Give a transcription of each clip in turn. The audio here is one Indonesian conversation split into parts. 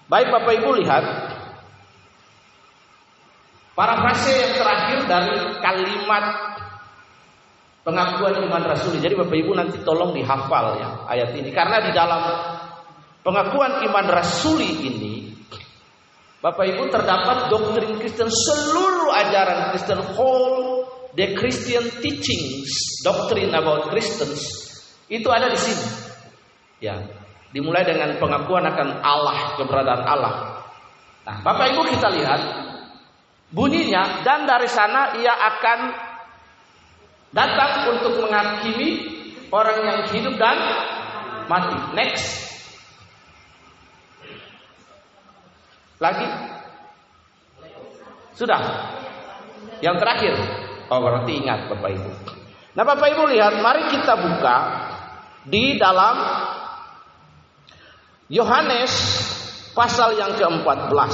Baik Bapak Ibu lihat parafrase yang terakhir dari kalimat pengakuan iman rasuli. Jadi Bapak Ibu nanti tolong dihafal ya ayat ini, karena di dalam pengakuan iman rasuli ini Bapak Ibu terdapat doktrin Kristen, seluruh ajaran Kristen, whole the Christian teachings, doctrine about Christians itu ada di sini. Ya, dimulai dengan pengakuan akan Allah, keberadaan Allah. Nah, Bapak Ibu kita lihat bunyinya, dan dari sana ia akan datang untuk menghakimi orang yang hidup dan mati. Next. Lagi? Sudah? Yang terakhir. Oh, berarti ingat Bapak Ibu. Nah Bapak Ibu lihat, mari kita buka di dalam Yohanes pasal yang ke-14.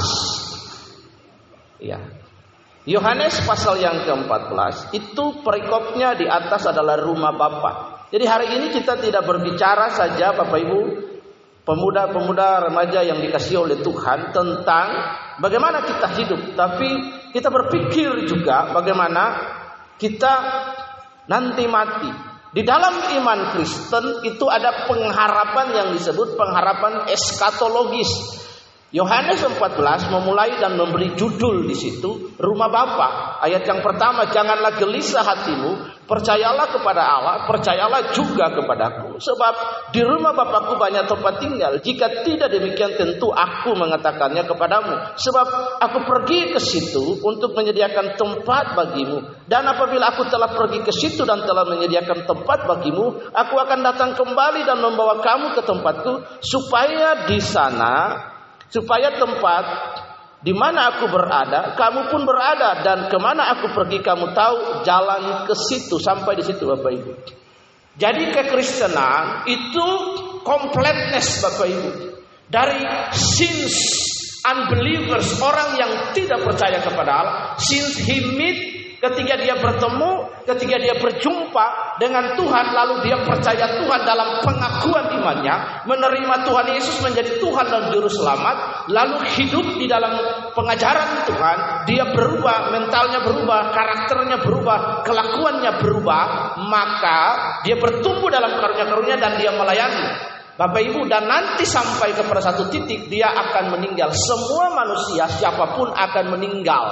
Ya. Yohanes pasal yang ke-14 itu perikopnya di atas adalah rumah Bapa. Jadi hari ini kita tidak berbicara saja Bapak Ibu, pemuda-pemuda remaja yang dikasihi oleh Tuhan, tentang bagaimana kita hidup, tapi kita berpikir juga bagaimana kita nanti mati. Di dalam iman Kristen itu ada pengharapan yang disebut pengharapan eskatologis. Yohanes 14 memulai dan memberi judul di situ rumah Bapa. Ayat yang pertama, janganlah gelisah hatimu, percayalah kepada Allah, percayalah juga kepadaku. Sebab di rumah Bapakku banyak tempat tinggal. Jika tidak demikian tentu aku mengatakannya kepadamu. Sebab aku pergi ke situ untuk menyediakan tempat bagimu. Dan apabila aku telah pergi ke situ dan telah menyediakan tempat bagimu, aku akan datang kembali dan membawa kamu ke tempatku, supaya di sana, supaya tempat di mana aku berada, kamu pun berada, dan kemana aku pergi kamu tahu jalan ke situ. Sampai di situ Bapak Ibu. Jadi kekristenan itu completeness Bapak Ibu. Dari since unbelievers, orang yang tidak percaya kepada Allah, since he meet, ketika dia bertemu, ketika dia berjumpa dengan Tuhan, lalu dia percaya Tuhan dalam pengakuan imannya, menerima Tuhan Yesus menjadi Tuhan dan Juru Selamat, lalu hidup di dalam pengajaran Tuhan, dia berubah, mentalnya berubah, karakternya berubah, kelakuannya berubah, maka dia bertumbuh dalam karunia-karunia dan dia melayani. Bapak Ibu, dan nanti sampai kepada satu titik dia akan meninggal. Semua manusia siapapun akan meninggal.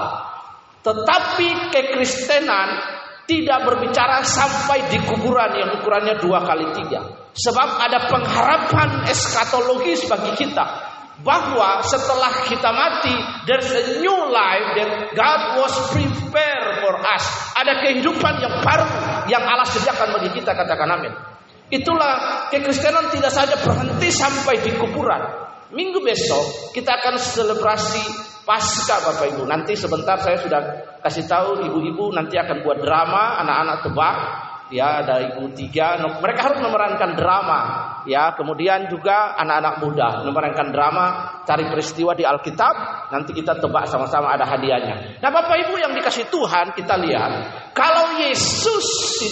Tetapi kekristenan tidak berbicara sampai di kuburan yang ukurannya 2x3. Sebab ada pengharapan eskatologis bagi kita, bahwa setelah kita mati, there's a new life that God was prepared for us. Ada kehidupan yang baru yang Allah sediakan bagi kita, katakan amin. Itulah kekristenan, tidak saja berhenti sampai di kuburan. Minggu besok kita akan selebrasi Paskah Bapak Ibu. Nanti sebentar saya sudah kasih tahu ibu-ibu nanti akan buat drama, anak-anak tebak. Ya, ada ibu 3, mereka harus memerankan drama. Ya, kemudian juga anak-anak muda memerankan drama, cari peristiwa di Alkitab. Nanti kita tebak sama-sama, ada hadiahnya. Nah Bapak Ibu yang dikasih Tuhan, kita lihat kalau Yesus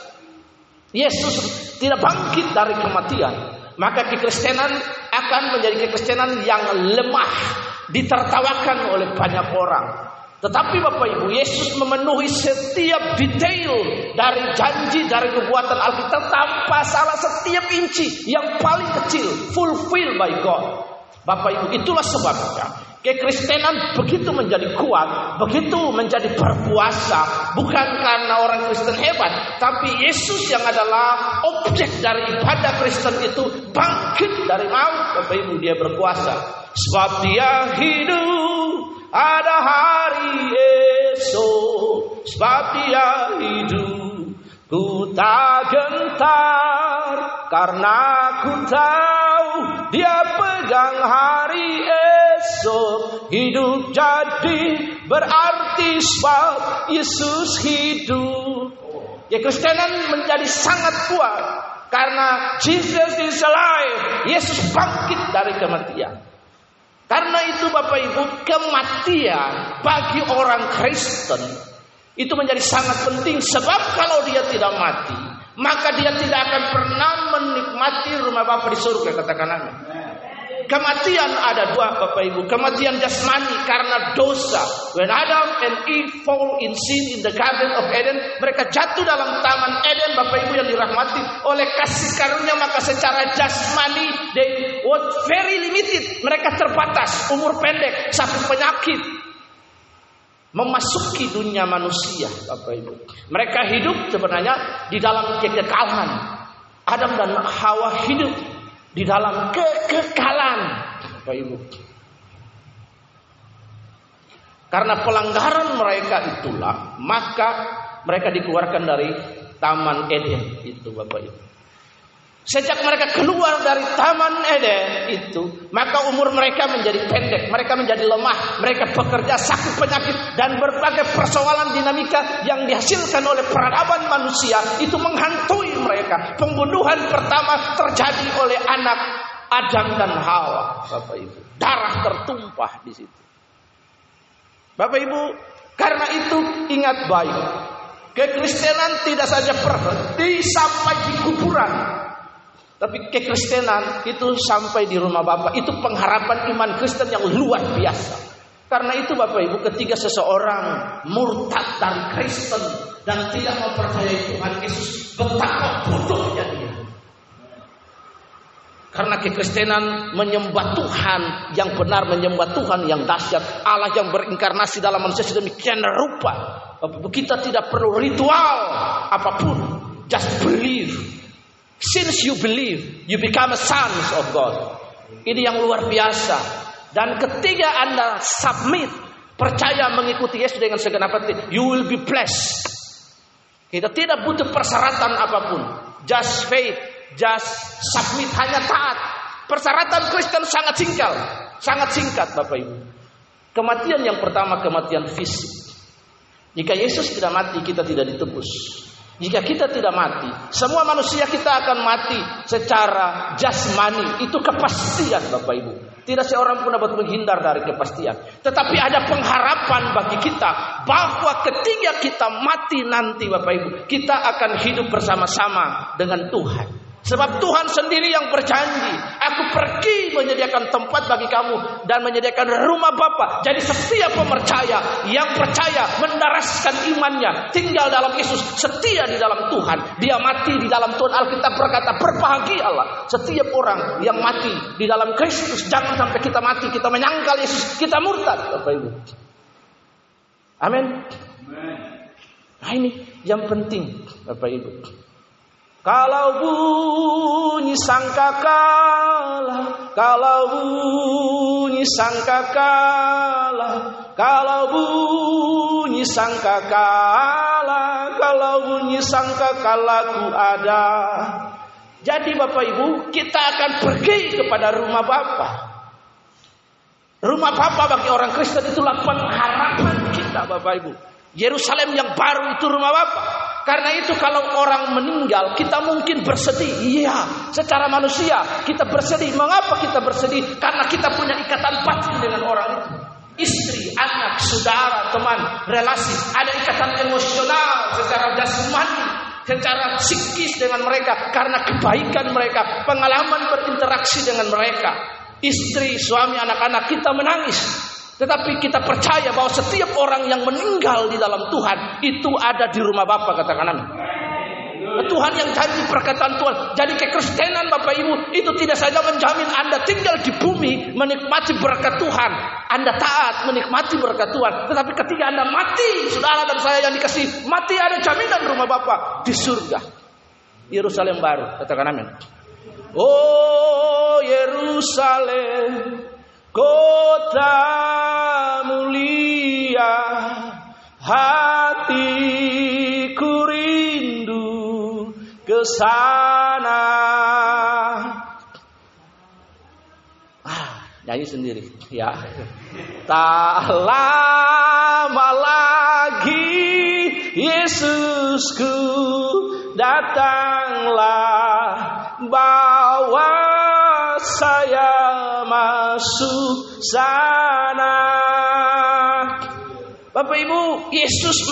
tidak bangkit dari kematian, maka kekristenan akan menjadi kekristenan yang lemah, ditertawakan oleh banyak orang. Tetapi Bapak Ibu, Yesus memenuhi setiap detail dari janji, dari nubuatan Alkitab tanpa salah, setiap inci yang paling kecil fulfilled by God. Bapak Ibu, itulah sebabnya kekristenan begitu menjadi kuat, begitu menjadi berkuasa, bukan karena orang Kristen hebat, tapi Yesus yang adalah objek dari ibadah Kristen itu bangkit dari maut. Bapak Ibu, dia berkuasa. Sebab dia hidup, ada hari esok. Sebab dia hidup, ku tak gentar, karena ku tahu dia pegang hari esok. Hidup jadi berarti sebab Yesus hidup. Ya, Kristenan menjadi sangat kuat karena Jesus is alive. Yesus bangkit dari kematian. Karena itu Bapak Ibu, kematian bagi orang Kristen itu menjadi sangat penting. Sebab kalau dia tidak mati, maka dia tidak akan pernah menikmati rumah Bapa di surga, katakan amin. kematian ada dua Bapak Ibu. Kematian jasmani karena dosa. When Adam and Eve fall in sin in the Garden of Eden, mereka jatuh dalam Taman Eden Bapak Ibu yang dirahmati oleh kasih karunia, maka secara jasmani they were very limited. Mereka terbatas, umur pendek, sakit penyakit, memasuki dunia manusia Bapak Ibu. Mereka hidup sebenarnya di dalam kekekalan. Adam dan Hawa hidup di dalam kekekalan Bapak Ibu. Karena pelanggaran mereka itulah, maka mereka dikeluarkan dari Taman Eden itu Bapak Ibu. Sejak mereka keluar dari Taman Eden itu, maka umur mereka menjadi pendek, mereka menjadi lemah, mereka bekerja sakit penyakit, dan berbagai persoalan dinamika yang dihasilkan oleh peradaban manusia itu menghantui mereka. Pembunuhan pertama terjadi oleh anak Adam dan Hawa, Bapak Ibu. Darah tertumpah di situ. Bapak Ibu, karena itu ingat baik, kekristenan tidak saja berhenti sampai di kuburan, tapi kekristenan itu sampai di rumah Bapa. Itu pengharapan iman Kristen yang luar biasa. Karena itu Bapak Ibu, ketika seseorang murtad dari Kristen dan tidak mempercayai Tuhan Yesus, betapa bodohnya dia. Karena kekristenan menyembah Tuhan yang benar, menyembah Tuhan yang dahsyat, Allah yang berinkarnasi dalam manusia sedemikian rupa. Bapak Ibu, kita tidak perlu ritual apapun, just believe. Since you believe, you become a sons of God. Ini yang luar biasa. Dan ketika Anda submit, percaya mengikuti Yesus dengan segenap hati, you will be blessed. Kita tidak butuh persyaratan apapun. Just faith, just submit, hanya taat. Persyaratan Kristen sangat singkat Bapak Ibu. Kematian yang pertama, kematian fisik. Jika Yesus tidak mati, kita tidak ditebus. Jika kita tidak mati, semua manusia kita akan mati secara jasmani. Itu kepastian Bapak Ibu. Tidak seorang pun dapat menghindar dari kepastian. Tetapi ada pengharapan bagi kita bahwa ketika kita mati nanti Bapak Ibu, kita akan hidup bersama-sama dengan Tuhan. Sebab Tuhan sendiri yang berjanji, aku pergi menyediakan tempat bagi kamu dan menyediakan rumah Bapa. Jadi setiap pemercaya yang percaya, mendaraskan imannya, tinggal dalam Yesus, setia di dalam Tuhan, dia mati di dalam Tuhan. Alkitab berkata, berbahagialah setiap orang yang mati di dalam Kristus. Jangan sampai kita mati, kita menyangkal Yesus, kita murtad Bapak Ibu. Amin. Nah ini yang penting Bapak Ibu. Kalau bunyi sangkakala, kalau bunyi sangkakala, kalau bunyi sangkakala, kalau bunyi sangkakalaku ada. Jadi Bapak Ibu, kita akan pergi kepada rumah Bapa. Rumah Bapa bagi orang Kristen itulah pengharapan kita Bapak Ibu. Yerusalem yang baru itu rumah Bapa. Karena itu kalau orang meninggal, kita mungkin bersedih. Iya, secara manusia kita bersedih. Mengapa kita bersedih? Karena kita punya ikatan batin dengan orang itu. Istri, anak, saudara, teman, relasi. Ada ikatan emosional secara jasmani, secara psikis dengan mereka. Karena kebaikan mereka, pengalaman berinteraksi dengan mereka. Istri, suami, anak-anak, kita menangis. Tetapi kita percaya bahwa setiap orang yang meninggal di dalam Tuhan itu ada di rumah Bapa, katakan amin. Tuhan yang janji perkataan Tuhan. Jadi kekristenan Bapak Ibu itu tidak saja menjamin Anda tinggal di bumi menikmati berkat Tuhan, Anda taat menikmati berkat Tuhan. Tetapi ketika Anda mati, saudara dan saya yang dikasih, mati ada jaminan rumah Bapa di surga, Yerusalem baru, katakan amin. Oh Yerusalem, kota mulia, hatiku rindu ke sana. Nyanyi sendiri ya. Tak lama lagi Yesusku datanglah, bawa saya masuk sana. Bapak Ibu, Yesus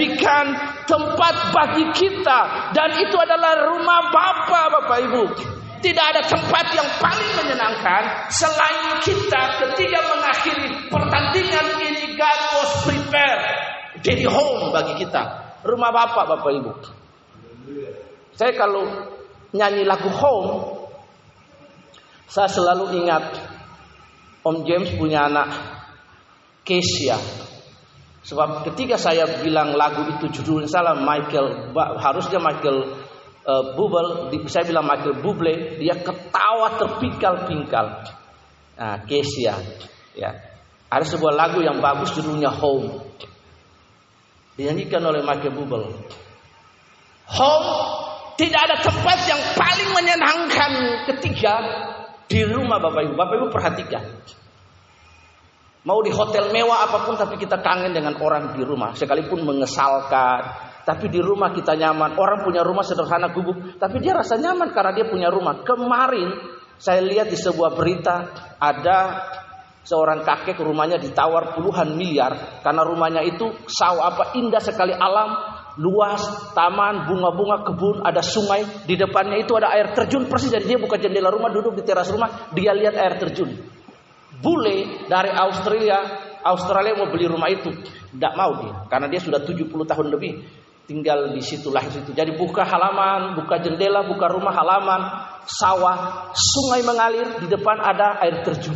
menjanjikan tempat bagi kita, dan itu adalah rumah Bapa Bapak Ibu. Tidak ada tempat yang paling menyenangkan selain kita ketika mengakhiri pertandingan ini. God was prepared. Jadi home bagi kita. Rumah Bapak Ibu. Saya kalau nyanyi lagu Home, saya selalu ingat Om James punya anak Kesia. Sebab ketika saya bilang lagu itu judulnya salah, harusnya Michael Bublé, saya bilang Michael Bublé, dia ketawa terpingkal-pingkal. Nah, Kesia, ya. Ada sebuah lagu yang bagus judulnya Home, dinyanyikan oleh Michael Bublé. Home, tidak ada tempat yang paling menyenangkan ketika di rumah Bapak Ibu. Bapak Ibu perhatikan. Mau di hotel mewah apapun, tapi kita kangen dengan orang di rumah. Sekalipun mengesalkan, tapi di rumah kita nyaman. Orang punya rumah sederhana gubuk, tapi dia rasa nyaman karena dia punya rumah. Kemarin saya lihat di sebuah berita, ada seorang kakek rumahnya ditawar puluhan miliar karena rumahnya itu indah sekali, alam luas, taman, bunga-bunga, kebun, ada sungai, di depannya itu ada air terjun persis. Jadi dia buka jendela rumah, duduk di teras rumah, dia lihat air terjun. Bule dari Australia mau beli rumah itu, tidak mau dia, karena dia sudah 70 tahun lebih tinggal di situ. Jadi buka halaman, buka jendela, buka rumah, halaman, sawah, sungai mengalir, di depan ada air terjun.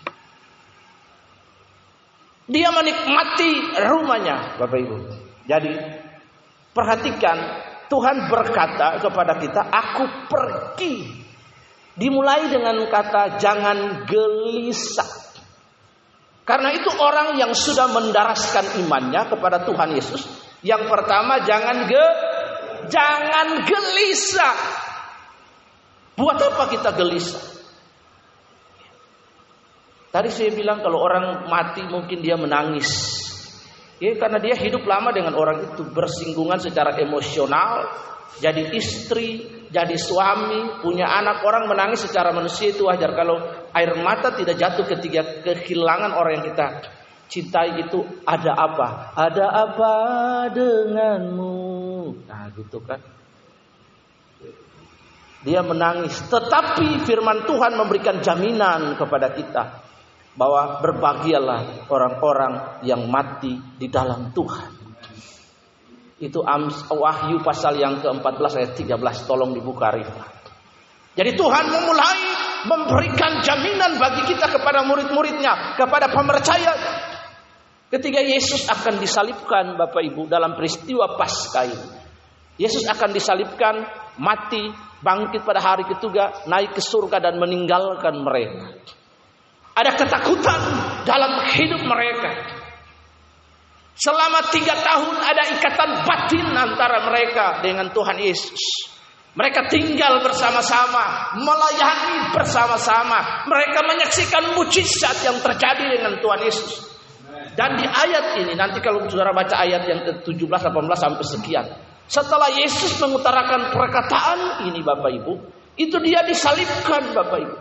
Dia menikmati rumahnya, Bapak Ibu. Jadi perhatikan, Tuhan berkata kepada kita, aku pergi. Dimulai dengan kata jangan gelisah. Karena itu orang yang sudah mendaraskan imannya kepada Tuhan Yesus, yang pertama jangan gelisah. Buat apa kita gelisah? Tadi saya bilang kalau orang mati mungkin dia menangis. Ya, karena dia hidup lama dengan orang itu, bersinggungan secara emosional, jadi istri, jadi suami, punya anak. Orang menangis secara manusia itu wajar. Kalau air mata tidak jatuh ketika kehilangan orang yang kita cintai, itu ada apa? Ada apa denganmu? Nah gitu kan. Dia menangis. Tetapi firman Tuhan memberikan jaminan kepada kita bahwa berbahagialah orang-orang yang mati di dalam Tuhan. Itu Wahyu pasal yang ke-14 ayat 13. Tolong dibuka Rifat. Jadi Tuhan memulai memberikan jaminan bagi kita kepada murid-muridnya, kepada pemercaya. Ketika Yesus akan disalibkan, Bapak Ibu, dalam peristiwa Paskah ini, Yesus akan disalibkan, mati, bangkit pada hari ketiga, naik ke surga dan meninggalkan mereka. Ada ketakutan dalam hidup mereka. Selama 3 tahun ada ikatan batin antara mereka dengan Tuhan Yesus. Mereka tinggal bersama-sama, melayani bersama-sama. Mereka menyaksikan mujizat yang terjadi dengan Tuhan Yesus. Dan di ayat ini, nanti kalau saudara baca ayat yang ke-17, 18 sampai sekian, setelah Yesus mengutarakan perkataan ini Bapak Ibu, itu dia disalibkan Bapak Ibu.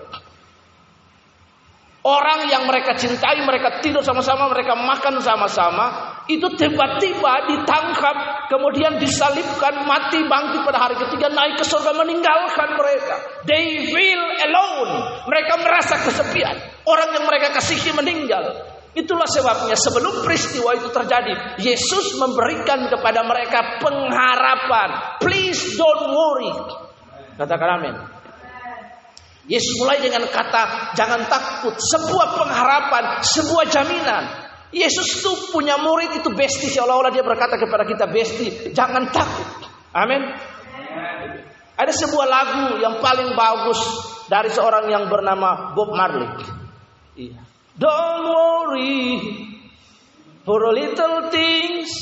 Orang yang mereka cintai, mereka tidur sama-sama, mereka makan sama-sama, itu tiba-tiba ditangkap, kemudian disalibkan, mati, bangkit pada hari ketiga, naik ke surga, meninggalkan mereka. They feel alone. Mereka merasa kesepian. Orang yang mereka kasihi meninggal. Itulah sebabnya sebelum peristiwa itu terjadi, Yesus memberikan kepada mereka pengharapan. Please don't worry. Katakan amin. Yesus mulai dengan kata jangan takut, sebuah pengharapan, sebuah jaminan. Yesus itu punya murid itu bestie, seolah-olah dia berkata kepada kita, bestie, jangan takut. Amin. Ada sebuah lagu yang paling bagus dari seorang yang bernama Bob Marley. Don't worry for a little things.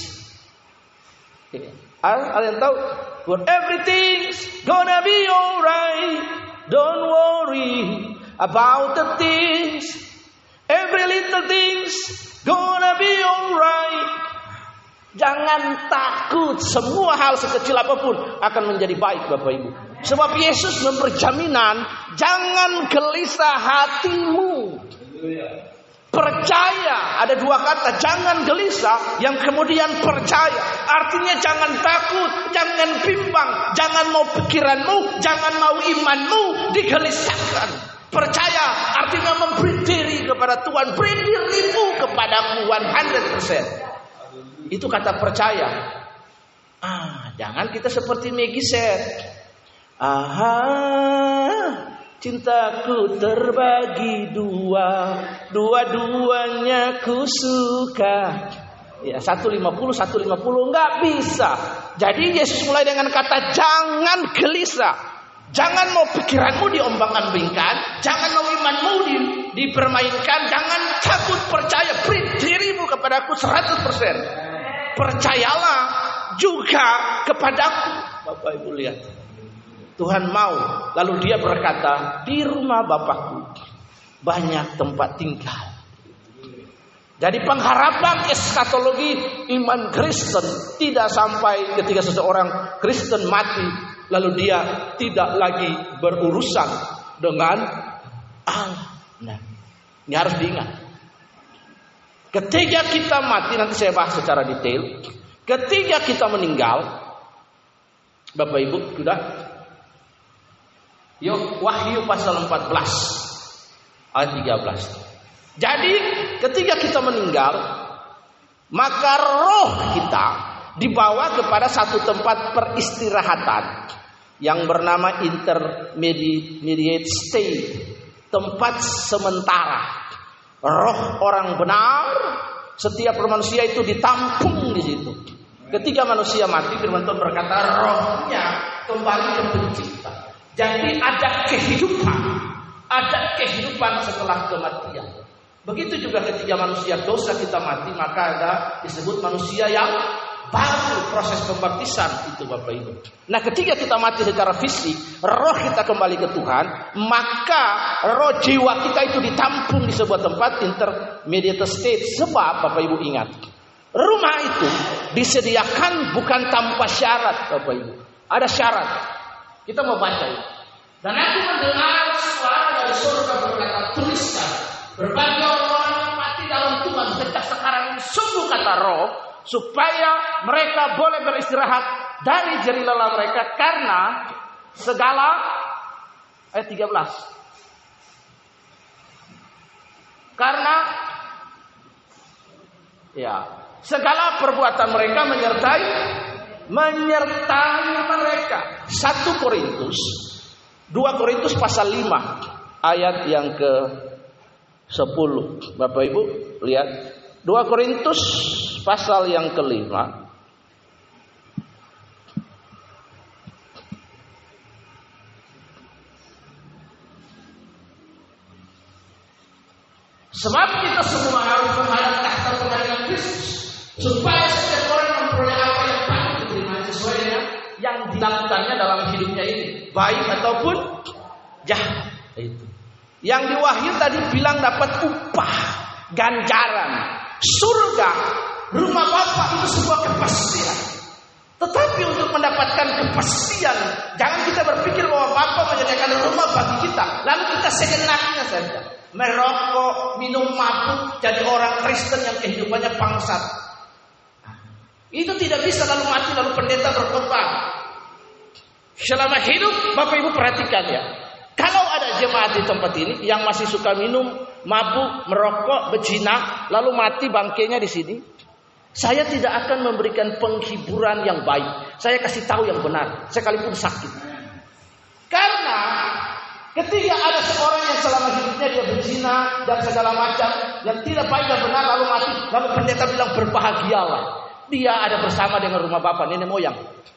Ada yang tahu? For everything's gonna be alright. Don't worry about the things. Every little things gonna be alright. Jangan takut, semua hal sekecil apapun akan menjadi baik Bapak Ibu. Sebab Yesus memberi jaminan, jangan gelisah hatimu. Percaya ada dua kata, jangan gelisah, yang kemudian percaya. Artinya jangan takut, jangan bimbang, jangan mau pikiranmu, jangan mau imanmu digelisahkan. Percaya artinya memberi diri kepada Tuhan, beri dirimu kepadaku 100%. Itu kata percaya. Jangan kita seperti Megiset. Cintaku terbagi dua, dua-duanya ku suka. Ya, 150 nggak bisa. Jadi Yesus mulai dengan kata jangan gelisah, jangan mau pikiranmu diombang-ambingkan, jangan mau imanmu dipermainkan, jangan takut, percaya, beri dirimu kepadaku 100%. Percayalah juga kepadaku. Bapak Ibu lihat, Tuhan mau, lalu dia berkata, di rumah Bapakku banyak tempat tinggal. Jadi pengharapan eskatologi iman Kristen tidak sampai ketika seseorang Kristen mati, lalu dia tidak lagi berurusan dengan Allah. Nah, ini harus diingat. Ketika kita mati, nanti saya bahas secara detail. Ketika kita meninggal, Bapak Ibu sudah. Yuk, Wahyu pasal 14 ayat 13. Jadi ketika kita meninggal, maka roh kita dibawa kepada satu tempat peristirahatan yang bernama intermediate state, tempat sementara. Roh orang benar, setiap manusia itu ditampung di situ. Ketika manusia mati, firman Tuhan berkata rohnya kembali ke pencipta. Jadi ada kehidupan setelah kematian. Begitu juga ketika manusia dosa kita mati, maka ada disebut manusia yang baru, proses pembaptisan itu Bapak Ibu. Nah, ketika kita mati secara fisik, roh kita kembali ke Tuhan, maka roh jiwa kita itu ditampung di sebuah tempat intermediate state. Sebab Bapak Ibu ingat, rumah itu disediakan bukan tanpa syarat Bapak Ibu. Ada syarat. Kita mau baca itu. Dan aku mendengar suara dari surga berkata, tuliskan, berbagi orang yang mati dalam Tuhan sejak sekarang ini sungguh kata roh, supaya mereka boleh beristirahat dari jerih lelah mereka karena segala ayat 13. Karena segala perbuatan mereka menyertai mereka. 2 Korintus pasal 5 ayat yang ke-10. Bapak Ibu lihat 2 Korintus pasal yang ke-5. Sebab kita semua harus menghadap tahta pengadilan Kristus, supaya setiap orang memperoleh apa yang patut diterima sesuai dengan yang dilakukannya dalam hidupnya ini, baik ataupun jahat. Itu. Yang di Wahyu tadi bilang dapat upah, ganjaran, surga, rumah Bapa itu sebuah kepastian. Tetapi untuk mendapatkan kepastian, jangan kita berpikir bahwa Bapa menyediakan rumah bagi kita, lalu kita seenaknya saja merokok, minum mabuk, jadi orang Kristen yang kehidupannya bangsat. Itu tidak bisa lalu mati lalu pendeta berkhotbah. Selama hidup Bapak Ibu perhatikan ya. Kalau ada jemaat di tempat ini yang masih suka minum, mabuk, merokok, berzina, lalu mati bangkainya di sini, saya tidak akan memberikan penghiburan yang baik. Saya kasih tahu yang benar, sekalipun sakit. Karena ketika ada seorang yang selama hidupnya dia berzina dan segala macam yang tidak baik dan benar lalu mati, lalu pendeta bilang berbahagialah, dia ada bersama dengan rumah Bapa, nenek moyang.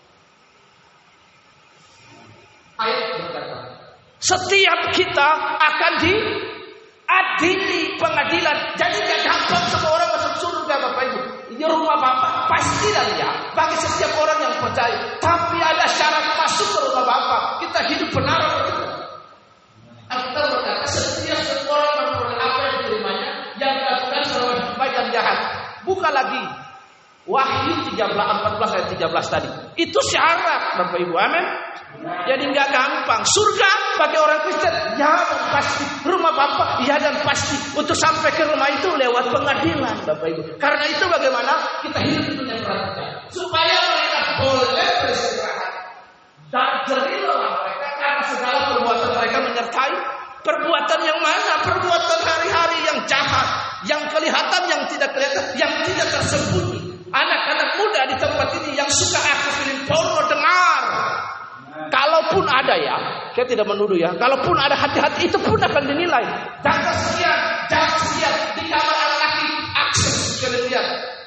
Ayat berkata, setiap kita akan diadili pengadilan. Jadi gak gampang semua orang masuk surga Bapak Ibu. Ini rumah Bapa pasti dan ya bagi setiap orang yang percaya. Tapi ada syarat masuk ke rumah Bapa. Kita hidup benar atau tidak? Kita berkata setiap orang memperoleh apa yang diterimanya, yang dilakukan selama hidup baik dan jahat. Buka lagi Wahyu 14 ayat 13 tadi. Itu syarat Bapak Ibu, amin. Jadi nggak gampang. Surga bagi orang Kristen, ya dan pasti. Rumah Bapa, ya dan pasti. Untuk sampai ke rumah itu lewat pengadilan, Bapak Ibu. Karena itu bagaimana kita hidup punya perhatian, supaya mereka boleh beristirahat dan jerilah mereka karena segala perbuatan mereka menyertai perbuatan yang mana? Perbuatan hari-hari yang jahat, yang kelihatan, yang tidak kelihatan, yang tidak tersembunyi. Anak-anak muda di tempat ini yang suka aktif film porno, dengar. Kalaupun ada ya, saya tidak menuduh ya. Kalaupun ada, hati-hati, itu pun akan dinilai. Jam sekian di kamar anak laki, akses kalian.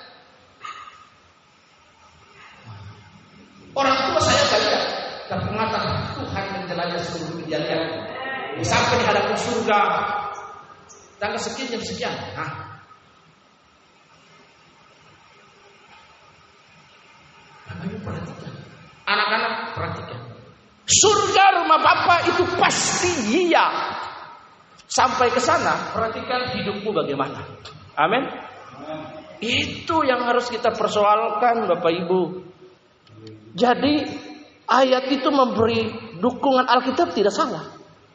Orang tua saya lihat, tapi mengatakan Tuhan menjelajah seluruh kejadian. Sampai di hadapan surga, tanggal sekian jam sekian. Perhatikan, anak-anak perhatikan. Surga rumah Bapa itu pasti iya. Sampai ke sana, perhatikan hidupmu bagaimana. Amin. Itu yang harus kita persoalkan, Bapak Ibu. Jadi ayat itu memberi dukungan Alkitab tidak salah.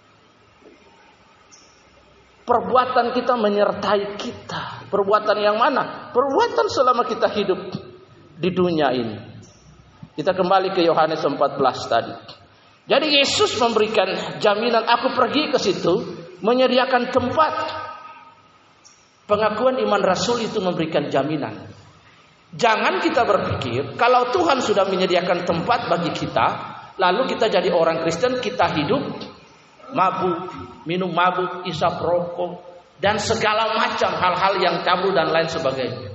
Perbuatan kita menyertai kita. Perbuatan yang mana? Perbuatan selama kita hidup di dunia ini. Kita kembali ke Yohanes 14 tadi. Jadi Yesus memberikan jaminan, aku pergi ke situ menyediakan tempat. Pengakuan iman Rasul itu memberikan jaminan. Jangan kita berpikir kalau Tuhan sudah menyediakan tempat bagi kita, lalu kita jadi orang Kristen, kita hidup mabuk, minum mabuk, isap rokok, dan segala macam hal-hal yang cabul dan lain sebagainya.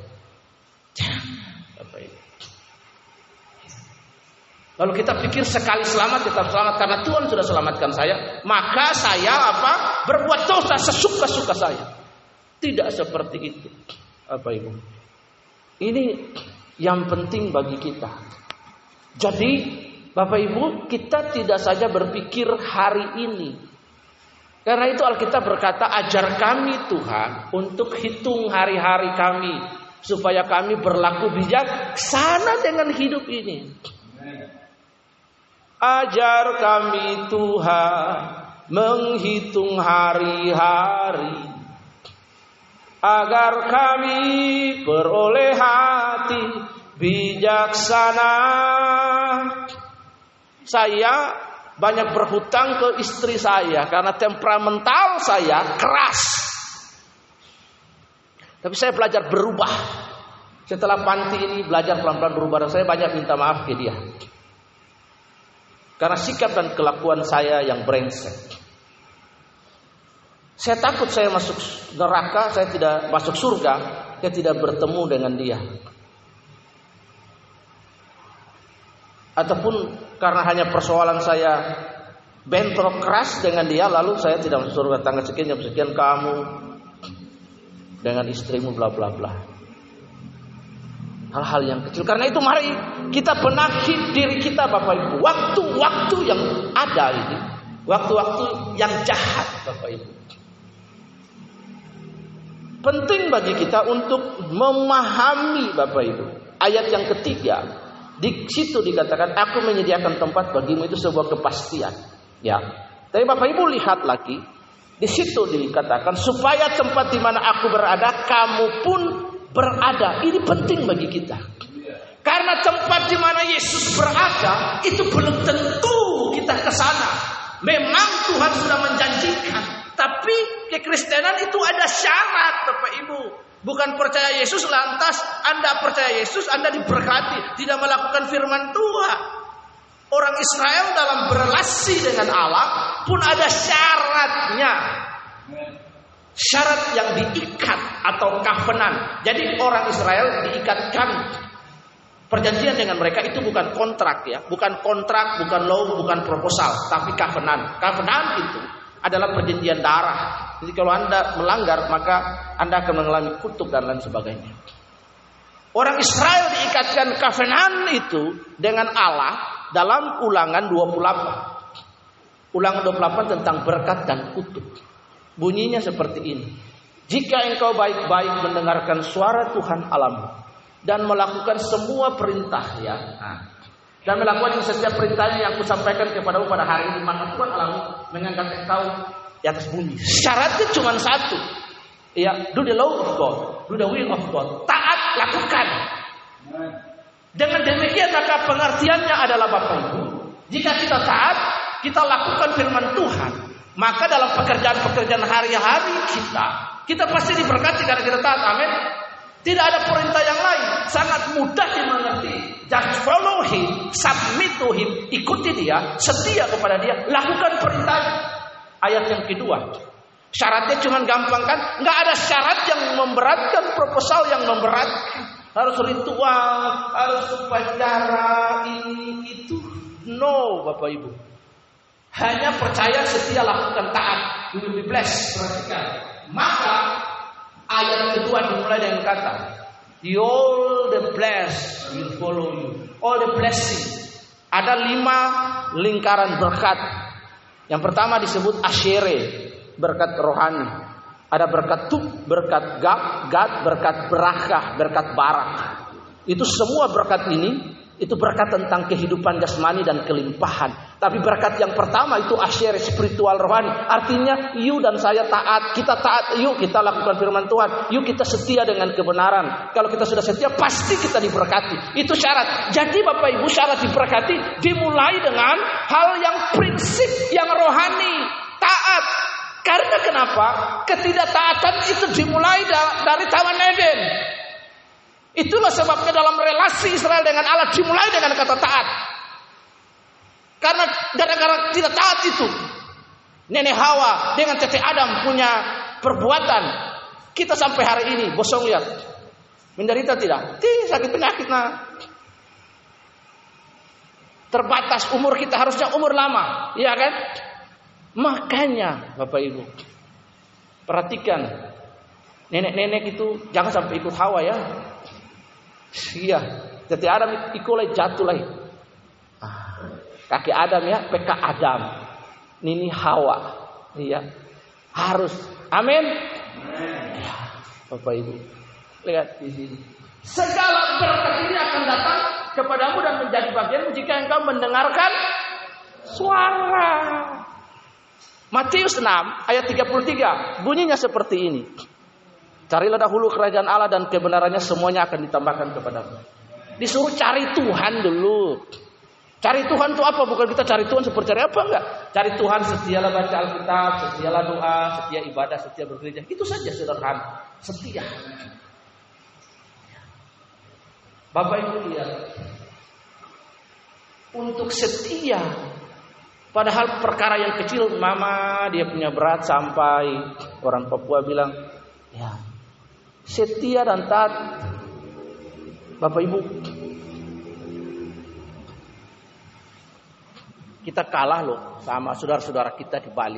Lalu kita pikir sekali selamat tetap selamat karena Tuhan sudah selamatkan saya, maka saya berbuat dosa sesuka-suka saya. Tidak seperti itu, Bapak Ibu. Ini yang penting bagi kita. Jadi Bapak Ibu, kita tidak saja berpikir hari ini. Karena itu Alkitab berkata, ajar kami Tuhan untuk hitung hari-hari kami, supaya kami berlaku bijaksana dengan hidup ini. Ajar kami Tuhan menghitung hari-hari, agar kami beroleh hati bijaksana. Saya banyak berhutang ke istri saya karena temperamental saya keras. Tapi saya belajar berubah. Setelah panti ini belajar pelan-pelan berubah, dan saya banyak minta maaf ke dia. Karena sikap dan kelakuan saya yang brengsek. Saya takut saya masuk neraka, saya tidak masuk surga, saya tidak bertemu dengan dia. Ataupun karena hanya persoalan saya bentrok keras dengan dia, lalu saya tidak masuk surga. Tanggal sekian jam sekian kamu dengan istrimu bla bla bla. Hal-hal yang kecil. Karena itu mari kita benahi diri kita, Bapak Ibu. Waktu-waktu yang ada ini, waktu-waktu yang jahat, Bapak Ibu. Penting bagi kita untuk memahami, Bapak Ibu. Ayat yang ketiga, di situ dikatakan, aku menyediakan tempat bagimu, itu sebuah kepastian. Ya. Tapi Bapak Ibu lihat lagi, di situ dikatakan supaya tempat di mana aku berada, kamu pun berada. Ini penting bagi kita. Karena tempat di mana Yesus berada itu belum tentu kita ke sana. Memang Tuhan sudah menjanjikan, tapi kekristenan itu ada syarat, Bapak Ibu. Bukan percaya Yesus lantas Anda percaya Yesus, Anda diberkati, tidak melakukan firman Tuhan. Orang Israel dalam berelasi dengan Allah pun ada syaratnya. Syarat yang diikat atau covenant. Jadi orang Israel diikatkan, perjanjian dengan mereka itu bukan kontrak ya, bukan kontrak, bukan law, bukan proposal, tapi covenant. Covenant itu adalah perjanjian darah. Jadi kalau Anda melanggar, maka Anda akan mengalami kutuk dan lain sebagainya. Orang Israel diikatkan covenant itu dengan Allah dalam Ulangan 28. Ulangan 28 tentang berkat dan kutuk. Bunyinya seperti ini. Jika engkau baik-baik mendengarkan suara Tuhan Allahmu dan melakukan semua perintah ya. dan melakukan setiap perintahnya yang kusampaikan kepadamu pada hari ini, maka Tuhan Allahmu mengangkat engkau di atas bumi. Syaratnya cuma satu, ya, do the law of God, do the will of God, taat, lakukan. Dengan demikian maka pengertiannya adalah Bapak Ibu, jika kita taat, kita lakukan firman Tuhan, maka dalam pekerjaan-pekerjaan hari-hari kita pasti diberkati karena kita taat. Amin. Tidak ada perintah yang lain, sangat mudah dimengerti. Just follow him, submit to him, ikuti dia, setia kepada dia, lakukan perintah. Ayat yang kedua, syaratnya cuma gampang kan? Nggak ada syarat yang memberatkan, proposal yang memberatkan. Harus ritual, harus upacara, ini itu. No, Bapak Ibu. Hanya percaya, setia, lakukan, taat. You will be blessed. Perhatikan. Maka ayat kedua dimulai dengan kata, all the blessed will follow you. All the blessing. Ada 5 lingkaran berkat. Yang pertama disebut asyere, berkat rohani. Ada berkat tub, berkat gad, berkat berakah, berkat barak. Itu semua berkat ini, itu berkat tentang kehidupan jasmani dan kelimpahan. Tapi berkat yang pertama itu asyere, spiritual rohani. Artinya you dan saya taat. Kita taat, yuk kita lakukan firman Tuhan. Yuk kita setia dengan kebenaran. Kalau kita sudah setia, pasti kita diberkati. Itu syarat. Jadi Bapak Ibu, syarat diberkati dimulai dengan hal yang prinsip, yang rohani. Taat. Karena kenapa? Ketidaktaatan itu dimulai dari Taman Eden. Itulah sebabnya dalam relasi Israel dengan Allah dimulai dengan kata taat. Karena gara-gara tidak taat itu, nenek Hawa dengan tete Adam punya perbuatan. Kita sampai hari ini bosong lihat. Menderita tidak? Sakit penyakit nah. Terbatas umur kita, harusnya umur lama, iya kan? Makanya Bapak Ibu, perhatikan, nenek-nenek itu jangan sampai ikut Hawa ya. Iya, tete Adam ikulai jatuh lagi. Kaki Adam ya, PK Adam, nini Hawa, iya, harus, amin. Ya, Bapak Ibu, lihat di sini. Segala berkat ini akan datang kepadamu dan menjadi bagianmu jika engkau mendengarkan suara. Matius 6 ayat 33 bunyinya seperti ini. Carilah dahulu kerajaan Allah dan kebenarannya, semuanya akan ditambahkan kepadamu. Disuruh cari Tuhan dulu. Cari Tuhan itu apa? Bukan kita cari Tuhan seperti apa, enggak. Cari Tuhan, setialah baca Alkitab, setialah doa, setia ibadah, setia bergereja. Itu saja sederhana. Setia. Bapak Ibu lihat. Untuk setia, padahal perkara yang kecil, mama dia punya berat sampai orang Papua bilang, ya, setia dan taat. Bapak Ibu, kita kalah loh sama saudara-saudara kita di Bali.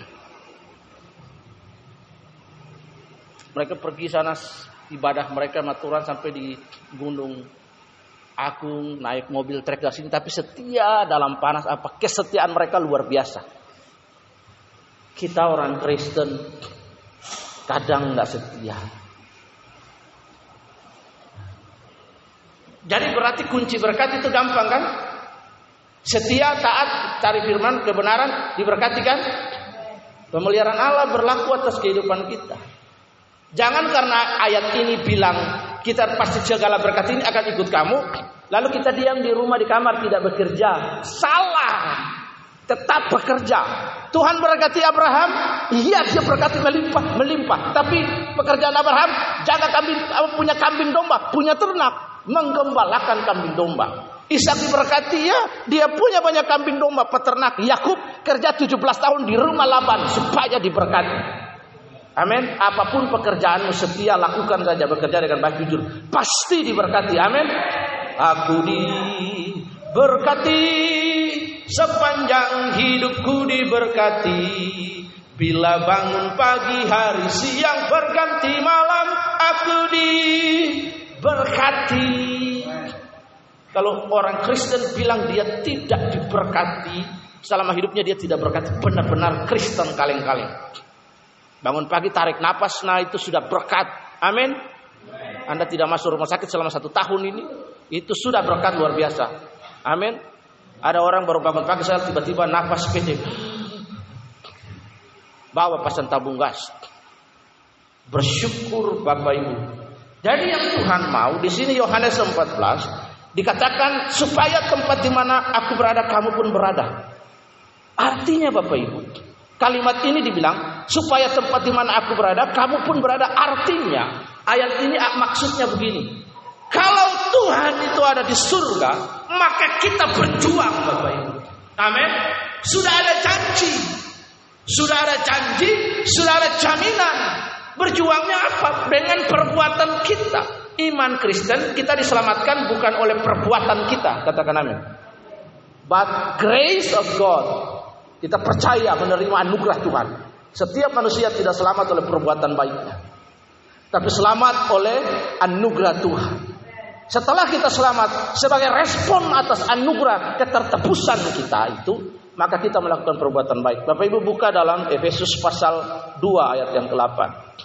Mereka pergi sana ibadah mereka maturan sampai di Gunung Agung, naik mobil trek ke sini, tapi setia dalam panas apa, kesetiaan mereka luar biasa. Kita orang Kristen kadang nggak setia. Jadi berarti kunci berkat itu gampang kan? Setia, taat, cari firman, kebenaran, diberkati kan? Pemeliharaan Allah berlaku atas kehidupan kita. Jangan karena ayat ini bilang kita pasti segala berkat ini akan ikut kamu, lalu kita diam di rumah di kamar tidak bekerja. Salah. Tetap bekerja. Tuhan berkati Abraham, iya dia berkati melimpah. Tapi pekerjaan Abraham jaga kambing, punya kambing domba, punya ternak, menggembalakan kambing domba. Ishak diberkati ya, dia punya banyak kambing domba, peternak. Yakub kerja 17 tahun di rumah Laban supaya diberkati. Amin. Apapun pekerjaanmu, setia, lakukan saja, bekerja dengan baik, jujur, pasti diberkati. Amin. Aku diberkati, sepanjang hidupku diberkati. Bila bangun pagi, hari, siang, berganti malam, aku diberkati. Kalau orang Kristen bilang dia tidak diberkati, selama hidupnya dia tidak berkati, benar-benar Kristen kaleng-kaleng. Bangun pagi tarik napas, nah itu sudah berkat. Amin. Anda tidak masuk rumah sakit selama 1 tahun ini, itu sudah berkat luar biasa. Amin. Ada orang baru bangun pagi, saya tiba-tiba nafas pendek. Bawa pasang tabung gas. Bersyukur Bapak Ibu. Jadi yang Tuhan mau di sini Yohanes 14 dikatakan supaya tempat di mana aku berada kamu pun berada. Artinya Bapak Ibu, kalimat ini dibilang supaya tempat di mana aku berada kamu pun berada. Artinya ayat ini maksudnya begini. Kalau Tuhan itu ada di surga, maka kita berjuang Bapak Ibu. Amin. Sudah ada janji. Sudah ada janji, sudah ada jaminan. Berjuangnya apa? Dengan perbuatan kita. Iman Kristen kita diselamatkan bukan oleh perbuatan kita, katakan amin. But grace of God. Kita percaya menerima anugerah Tuhan. Setiap manusia tidak selamat oleh perbuatan baiknya, tapi selamat oleh anugerah Tuhan. Setelah kita selamat sebagai respon atas anugerah ketertebusan kita itu, maka kita melakukan perbuatan baik. Bapak Ibu buka dalam Efesus pasal 2 ayat yang ke-8.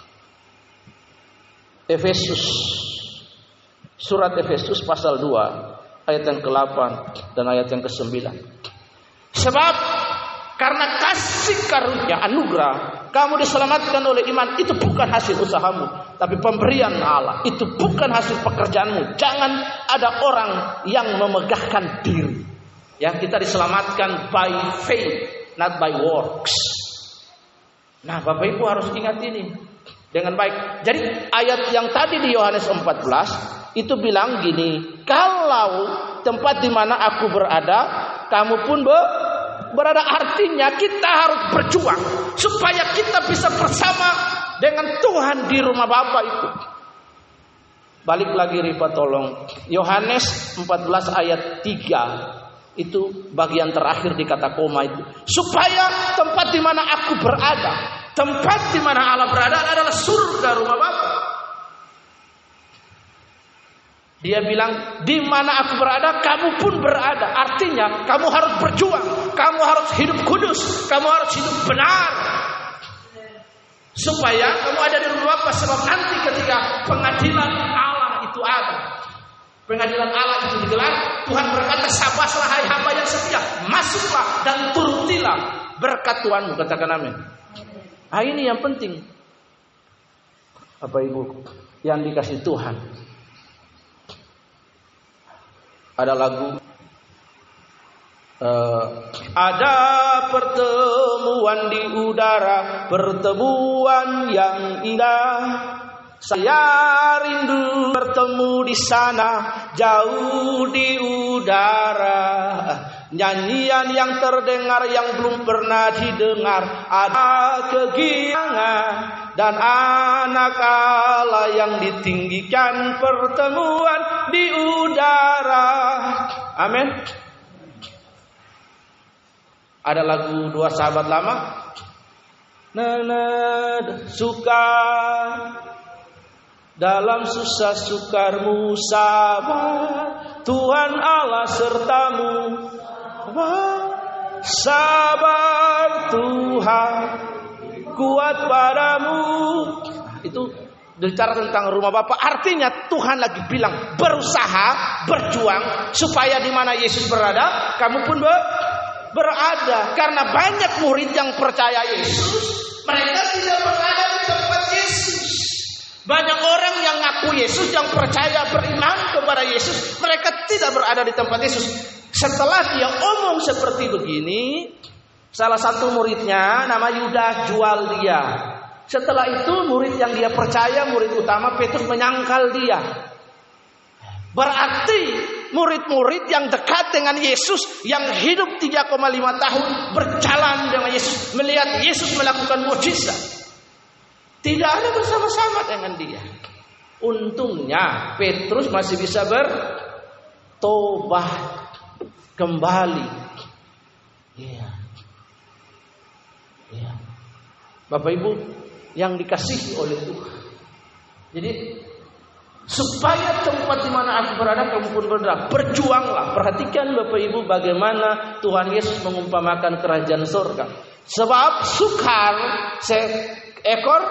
Efesus, surat Efesus pasal 2 ayat yang ke-8 dan ayat yang ke-9. Sebab karena kasih karunia anugerah kamu diselamatkan oleh iman. Itu bukan hasil usahamu, tapi pemberian Allah. Itu bukan hasil pekerjaanmu. Jangan ada orang yang memegahkan diri. Ya, kita diselamatkan by faith, not by works. Nah, Bapak Ibu harus ingat ini dengan baik. Jadi ayat yang tadi di Yohanes 14 itu bilang gini, kalau tempat di mana aku berada, kamu pun berada. Artinya kita harus berjuang supaya kita bisa bersama dengan Tuhan di rumah Bapa itu. Balik lagi Rifa tolong. Yohanes 14 ayat 3. Itu bagian terakhir di kata koma itu. Supaya tempat di mana aku berada, tempat di mana Allah berada adalah surga rumah Bapa. Dia bilang, di mana aku berada, kamu pun berada. Artinya, kamu harus berjuang. Kamu harus hidup kudus. Kamu harus hidup benar. Supaya kamu ada di rumah Bapa. Sebab nanti ketika pengadilan Allah itu ada, pengadilan Allah itu digelar, Tuhan berkata, sabaslah hai hamba yang setia, masuklah dan turutilah berkat Tuhanmu. Katakan amin. Nah, ini yang penting Bapak Ibu yang dikasih Tuhan. Ada lagu, ada pertemuan di udara, pertemuan yang indah. Saya rindu bertemu di sana, jauh di udara. Nyanyian yang terdengar yang belum pernah didengar. Ada kegirangan dan anak Allah yang ditinggikan, pertemuan di udara. Amin. Ada lagu dua sahabat lama. Suka dalam susah sukarmu sabar, Tuhan Allah sertamu. Sabar Tuhan kuat padamu. Itu bicara tentang rumah Bapa. Artinya Tuhan lagi bilang berusaha, berjuang supaya di mana Yesus berada, kamu pun berada. Karena banyak murid yang percaya Yesus, mereka tidak berada di tempat Yesus. Banyak orang yang ngaku Yesus, yang percaya beriman kepada Yesus, mereka tidak berada di tempat Yesus. Setelah dia omong seperti begini, salah satu muridnya nama Yudas jual dia. Setelah itu murid yang dia percaya, murid utama Petrus, menyangkal dia. Berarti murid-murid yang dekat dengan Yesus, yang hidup 3,5 tahun berjalan dengan Yesus, melihat Yesus melakukan mukjizat, tidak ada bersama-sama dengan dia. Untungnya Petrus masih bisa bertobat kembali. Iya. Bapak Ibu yang dikasihi oleh Tuhan. Jadi supaya tempat di mana aku berada kamu pun berada. Berjuanglah. Perhatikan Bapak Ibu bagaimana Tuhan Yesus mengumpamakan kerajaan surga. Sebab sukar seekor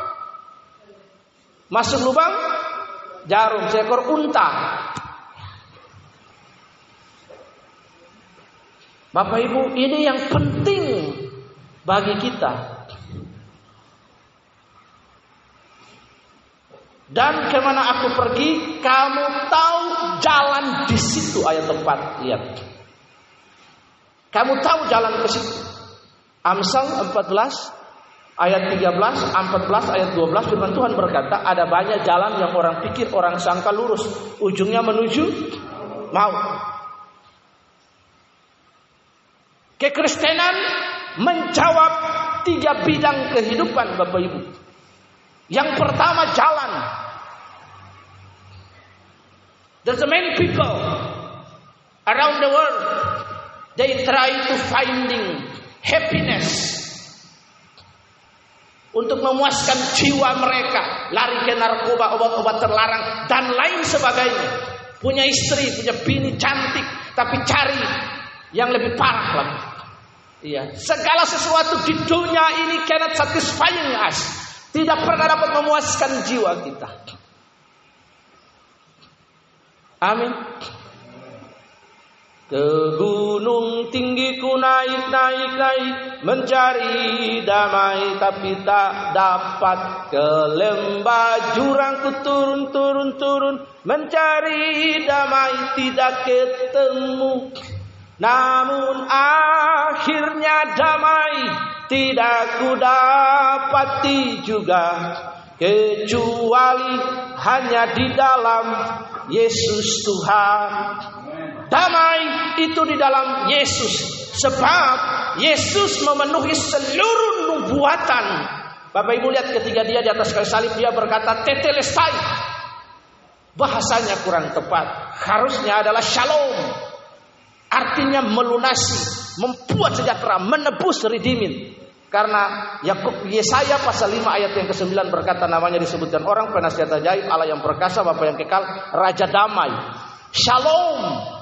masuk lubang jarum, seekor unta. Bapak Ibu, ini yang penting bagi kita. Dan kemana aku pergi, kamu tahu jalan di situ. Ayat 4, lihat. Kamu tahu jalan ke situ. Amsal 14 ayat 13, 14 ayat 12, firman Tuhan berkata, ada banyak jalan yang orang pikir, orang sangka lurus, ujungnya menuju maut. Kekristenan menjawab 3 bidang kehidupan, Bapak Ibu. Yang pertama, jalan. There's many people around the world, they try to finding happiness untuk memuaskan jiwa mereka, lari ke narkoba, obat-obat terlarang dan lain sebagainya. Punya istri, punya bini cantik, tapi cari yang lebih parah lagi. Iya, segala sesuatu di dunia ini cannot satisfying us. Tidak pernah dapat memuaskan jiwa kita. Amin. Ke gunung tinggi ku naik, mencari damai tapi tak dapat. Ke lembah jurang ku turun, mencari damai tidak ketemu. Namun akhirnya damai tidak ku dapati juga, kecuali hanya di dalam Yesus Tuhan. Damai itu di dalam Yesus, sebab Yesus memenuhi seluruh nubuatan. Bapak Ibu lihat ketika dia di atas kayu salib, dia berkata tetelestai. Bahasanya kurang tepat, harusnya adalah shalom. Artinya melunasi, membuat sejahtera, menebus, redeeming. Karena Yesaya pasal 5 ayat yang ke-9 berkata, namanya disebutkan orang penasihat ajaib, Allah yang perkasa, Bapa yang kekal, Raja damai, Shalom.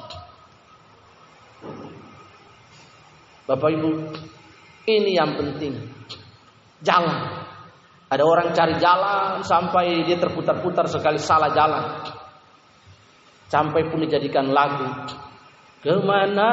Bapak Ibu, ini yang penting. Jalan. Ada orang cari jalan sampai dia terputar-putar, sekali salah jalan, sampai pun dijadikan lagu. Kemana,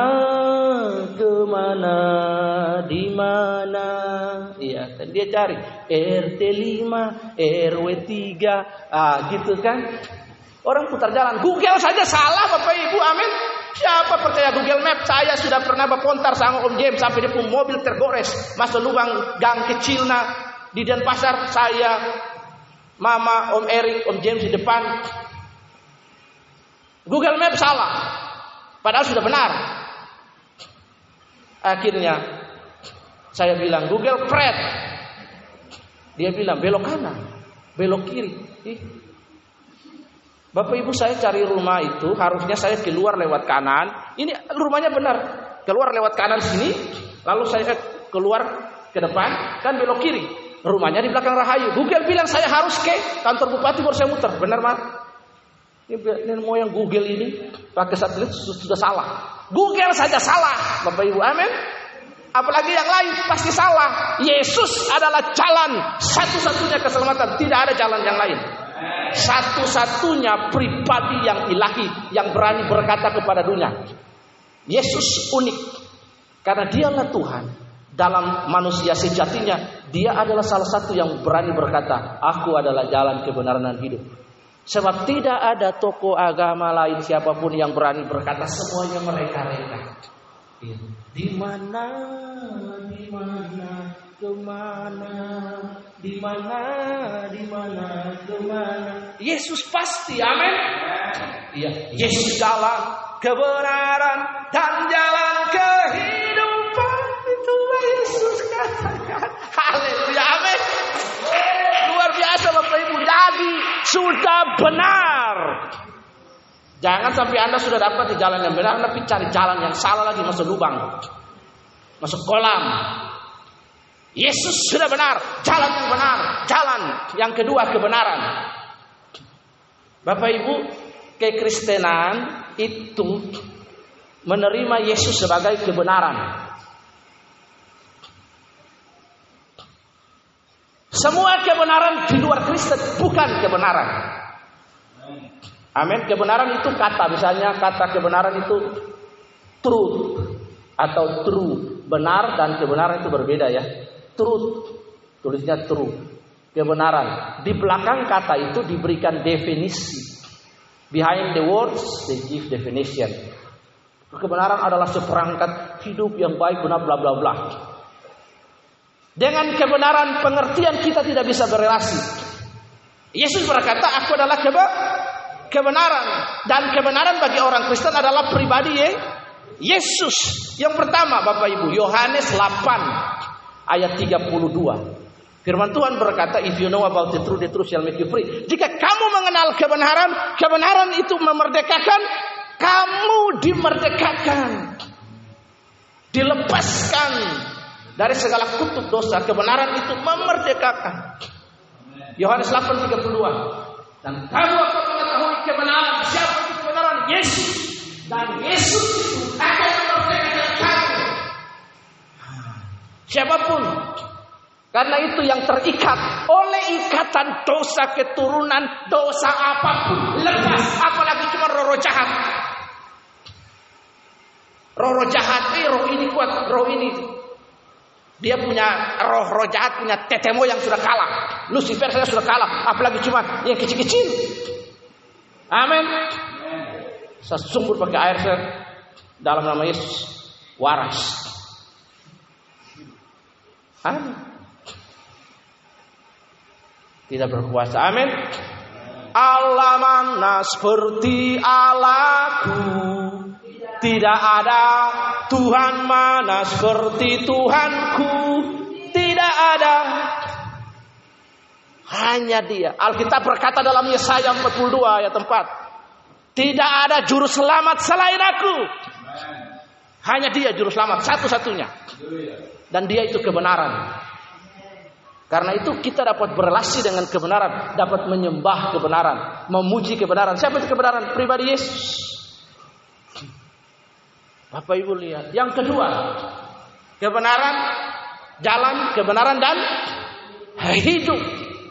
di mana? Iya, kan dia cari RT 5, RW 3, gitu kan? Orang putar jalan. Google saja salah, Bapak Ibu, amin. Siapa percaya Google Map? Saya sudah pernah berpontar sama Om James sampai dia pun mobil tergores masuk lubang gang kecil di Denpasar. Saya, Mama, Om Erik, Om James di depan. Google Map salah. Padahal sudah benar. Akhirnya saya bilang, Google Fred. Dia bilang belok kanan, belok kiri. Bapak Ibu, saya cari rumah itu harusnya saya keluar lewat kanan. Ini rumahnya benar, keluar lewat kanan sini, lalu saya keluar ke depan, kan belok kiri. Rumahnya di belakang Rahayu. Google bilang saya harus ke kantor bupati baru saya muter. Benar, Mas? Ini moyang Google ini pakai satelit sudah salah. Google saja salah, Bapak Ibu, amin. Apalagi yang lain pasti salah. Yesus adalah jalan satu-satunya keselamatan, tidak ada jalan yang lain. Satu-satunya pribadi yang ilahi yang berani berkata kepada dunia. Yesus unik karena dialah Tuhan. Dalam manusia sejatinya, dia adalah salah satu yang berani berkata, aku adalah jalan, kebenaran dan hidup. Sebab tidak ada tokoh agama lain siapapun yang berani berkata, semuanya mereka-reka. Di mana, kemana. Yesus pasti, amin. Iya, Yesus jalan, kebenaran dan jalan kehidupan. Itulah Yesus katakan. Haleluya, amin. Luar biasa Bapak Ibu. Jadi sudah benar. Jangan sampai Anda sudah dapat di jalan yang benar, tapi cari jalan yang salah lagi, masuk lubang, masuk kolam. Yesus sudah benar, jalan yang benar, jalan yang kedua kebenaran. Bapak Ibu, kekristenan itu menerima Yesus sebagai kebenaran. Semua kebenaran di luar Kristen bukan kebenaran. Amin. Kebenaran itu kata, misalnya kata kebenaran itu truth. atau true. Benar dan kebenaran itu berbeda ya. Truth, tulisnya true. Kebenaran. Di belakang kata itu diberikan definisi. Behind the words, they give definition. Kebenaran adalah seperangkat hidup yang baik, benar, bla bla bla. Dengan kebenaran pengertian kita tidak bisa berelasi. Yesus berkata, aku adalah kebenaran. Dan kebenaran bagi orang Kristen adalah pribadi Yesus. Yang pertama Bapak Ibu, Yohanes 8 ayat 32. Firman Tuhan berkata, if you know about the truth shall make you free. Jika kamu mengenal kebenaran, kebenaran itu memerdekakan, kamu dimerdekakan. Dilepaskan dari segala kutuk dosa. Kebenaran itu memerdekakan. Yohanes 8:32. Dan kamu akan mengetahui kebenaran. Siapa itu kebenaran? Yesus. Dan Yesus itu akan memerdekakan kamu. Siapapun. Karena itu yang terikat oleh ikatan dosa keturunan, dosa apapun lepas. Apalagi cuma roh jahat. Roh jahat, roh ini kuat, roh ini. Dia punya roh jahat, punya tetemo yang sudah kalah. Lucifer saya sudah kalah, apalagi cuma yang kecil-kecil. Amin. Saya sumber pakai air saya dalam nama Yesus waras. Amin. Tidak berkuasa. Amin. Allah mana seperti Allahku. Tidak ada Tuhan mana seperti Tuhanku. Tidak ada. Hanya Dia. Alkitab berkata dalam Yesaya 42 ayat 4. Tidak ada juru selamat selain aku. Hanya Dia juru selamat satu-satunya. Dan Dia itu kebenaran. Karena itu kita dapat berelasi dengan kebenaran, dapat menyembah kebenaran, memuji kebenaran. Siapa itu kebenaran? Pribadi Yesus. Bapak Ibu lihat. Yang kedua, kebenaran, jalan, kebenaran dan hidup.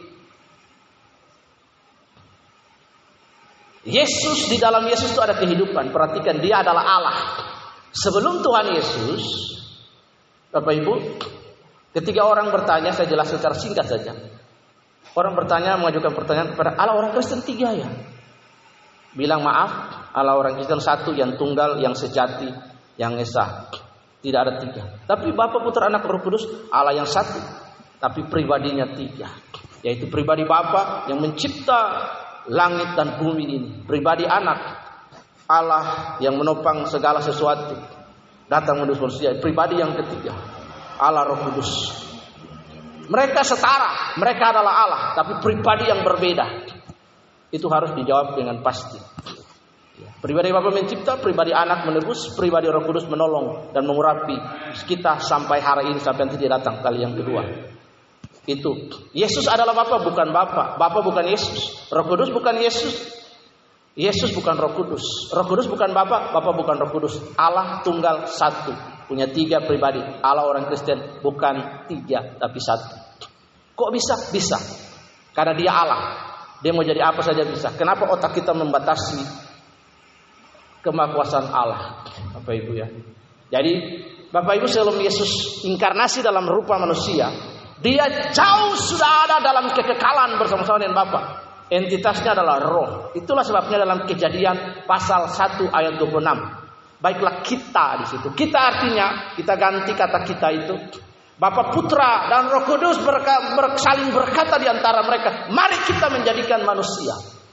Yesus, di dalam Yesus itu ada kehidupan. Perhatikan, Dia adalah Allah. Sebelum Tuhan Yesus, Bapak Ibu, ketika orang bertanya, saya jelaskan secara singkat saja. Orang bertanya, mengajukan pertanyaan kepada Allah, orang Kristen 3 ya. Bilang maaf, Allah orang Kristen 1 yang tunggal, yang sejati, yang esa. Tidak ada 3. Tapi Bapa, Putra, Anak, Roh Kudus, Allah yang 1. Tapi pribadinya 3. Yaitu pribadi Bapa yang mencipta langit dan bumi ini. Pribadi Anak, Allah yang menopang segala sesuatu. Datang menuju manusia. Pribadi yang ketiga, Allah Roh Kudus. Mereka setara, mereka adalah Allah, tapi pribadi yang berbeda. Itu harus dijawab dengan pasti. Pribadi Bapa mencipta, pribadi Anak menebus, pribadi Roh Kudus menolong dan mengurapi kita sampai hari ini, sampai nanti Dia datang kali yang kedua. Itu Yesus adalah Bapa, bukan Bapa. Bapa bukan Yesus. Roh Kudus bukan Yesus. Yesus bukan Roh Kudus. Roh Kudus bukan Bapa, Bapa bukan Roh Kudus. Allah tunggal satu, punya 3 pribadi. Allah orang Kristen bukan 3 tapi 1. Kok bisa? Bisa. Karena Dia Allah. Dia mau jadi apa saja bisa. Kenapa otak kita membatasi kemahakuasaan Allah, Bapak Ibu ya? Jadi Bapak Ibu, sebelum Yesus inkarnasi dalam rupa manusia, Dia jauh sudah ada dalam kekekalan bersama-sama dengan Bapa. Entitasnya adalah roh. Itulah sebabnya dalam Kejadian pasal 1 ayat 26. Baiklah kita di situ. Kita artinya, kita ganti kata kita itu. Bapa, Putra dan Roh Kudus saling berkata di antara mereka, mari kita menjadikan manusia.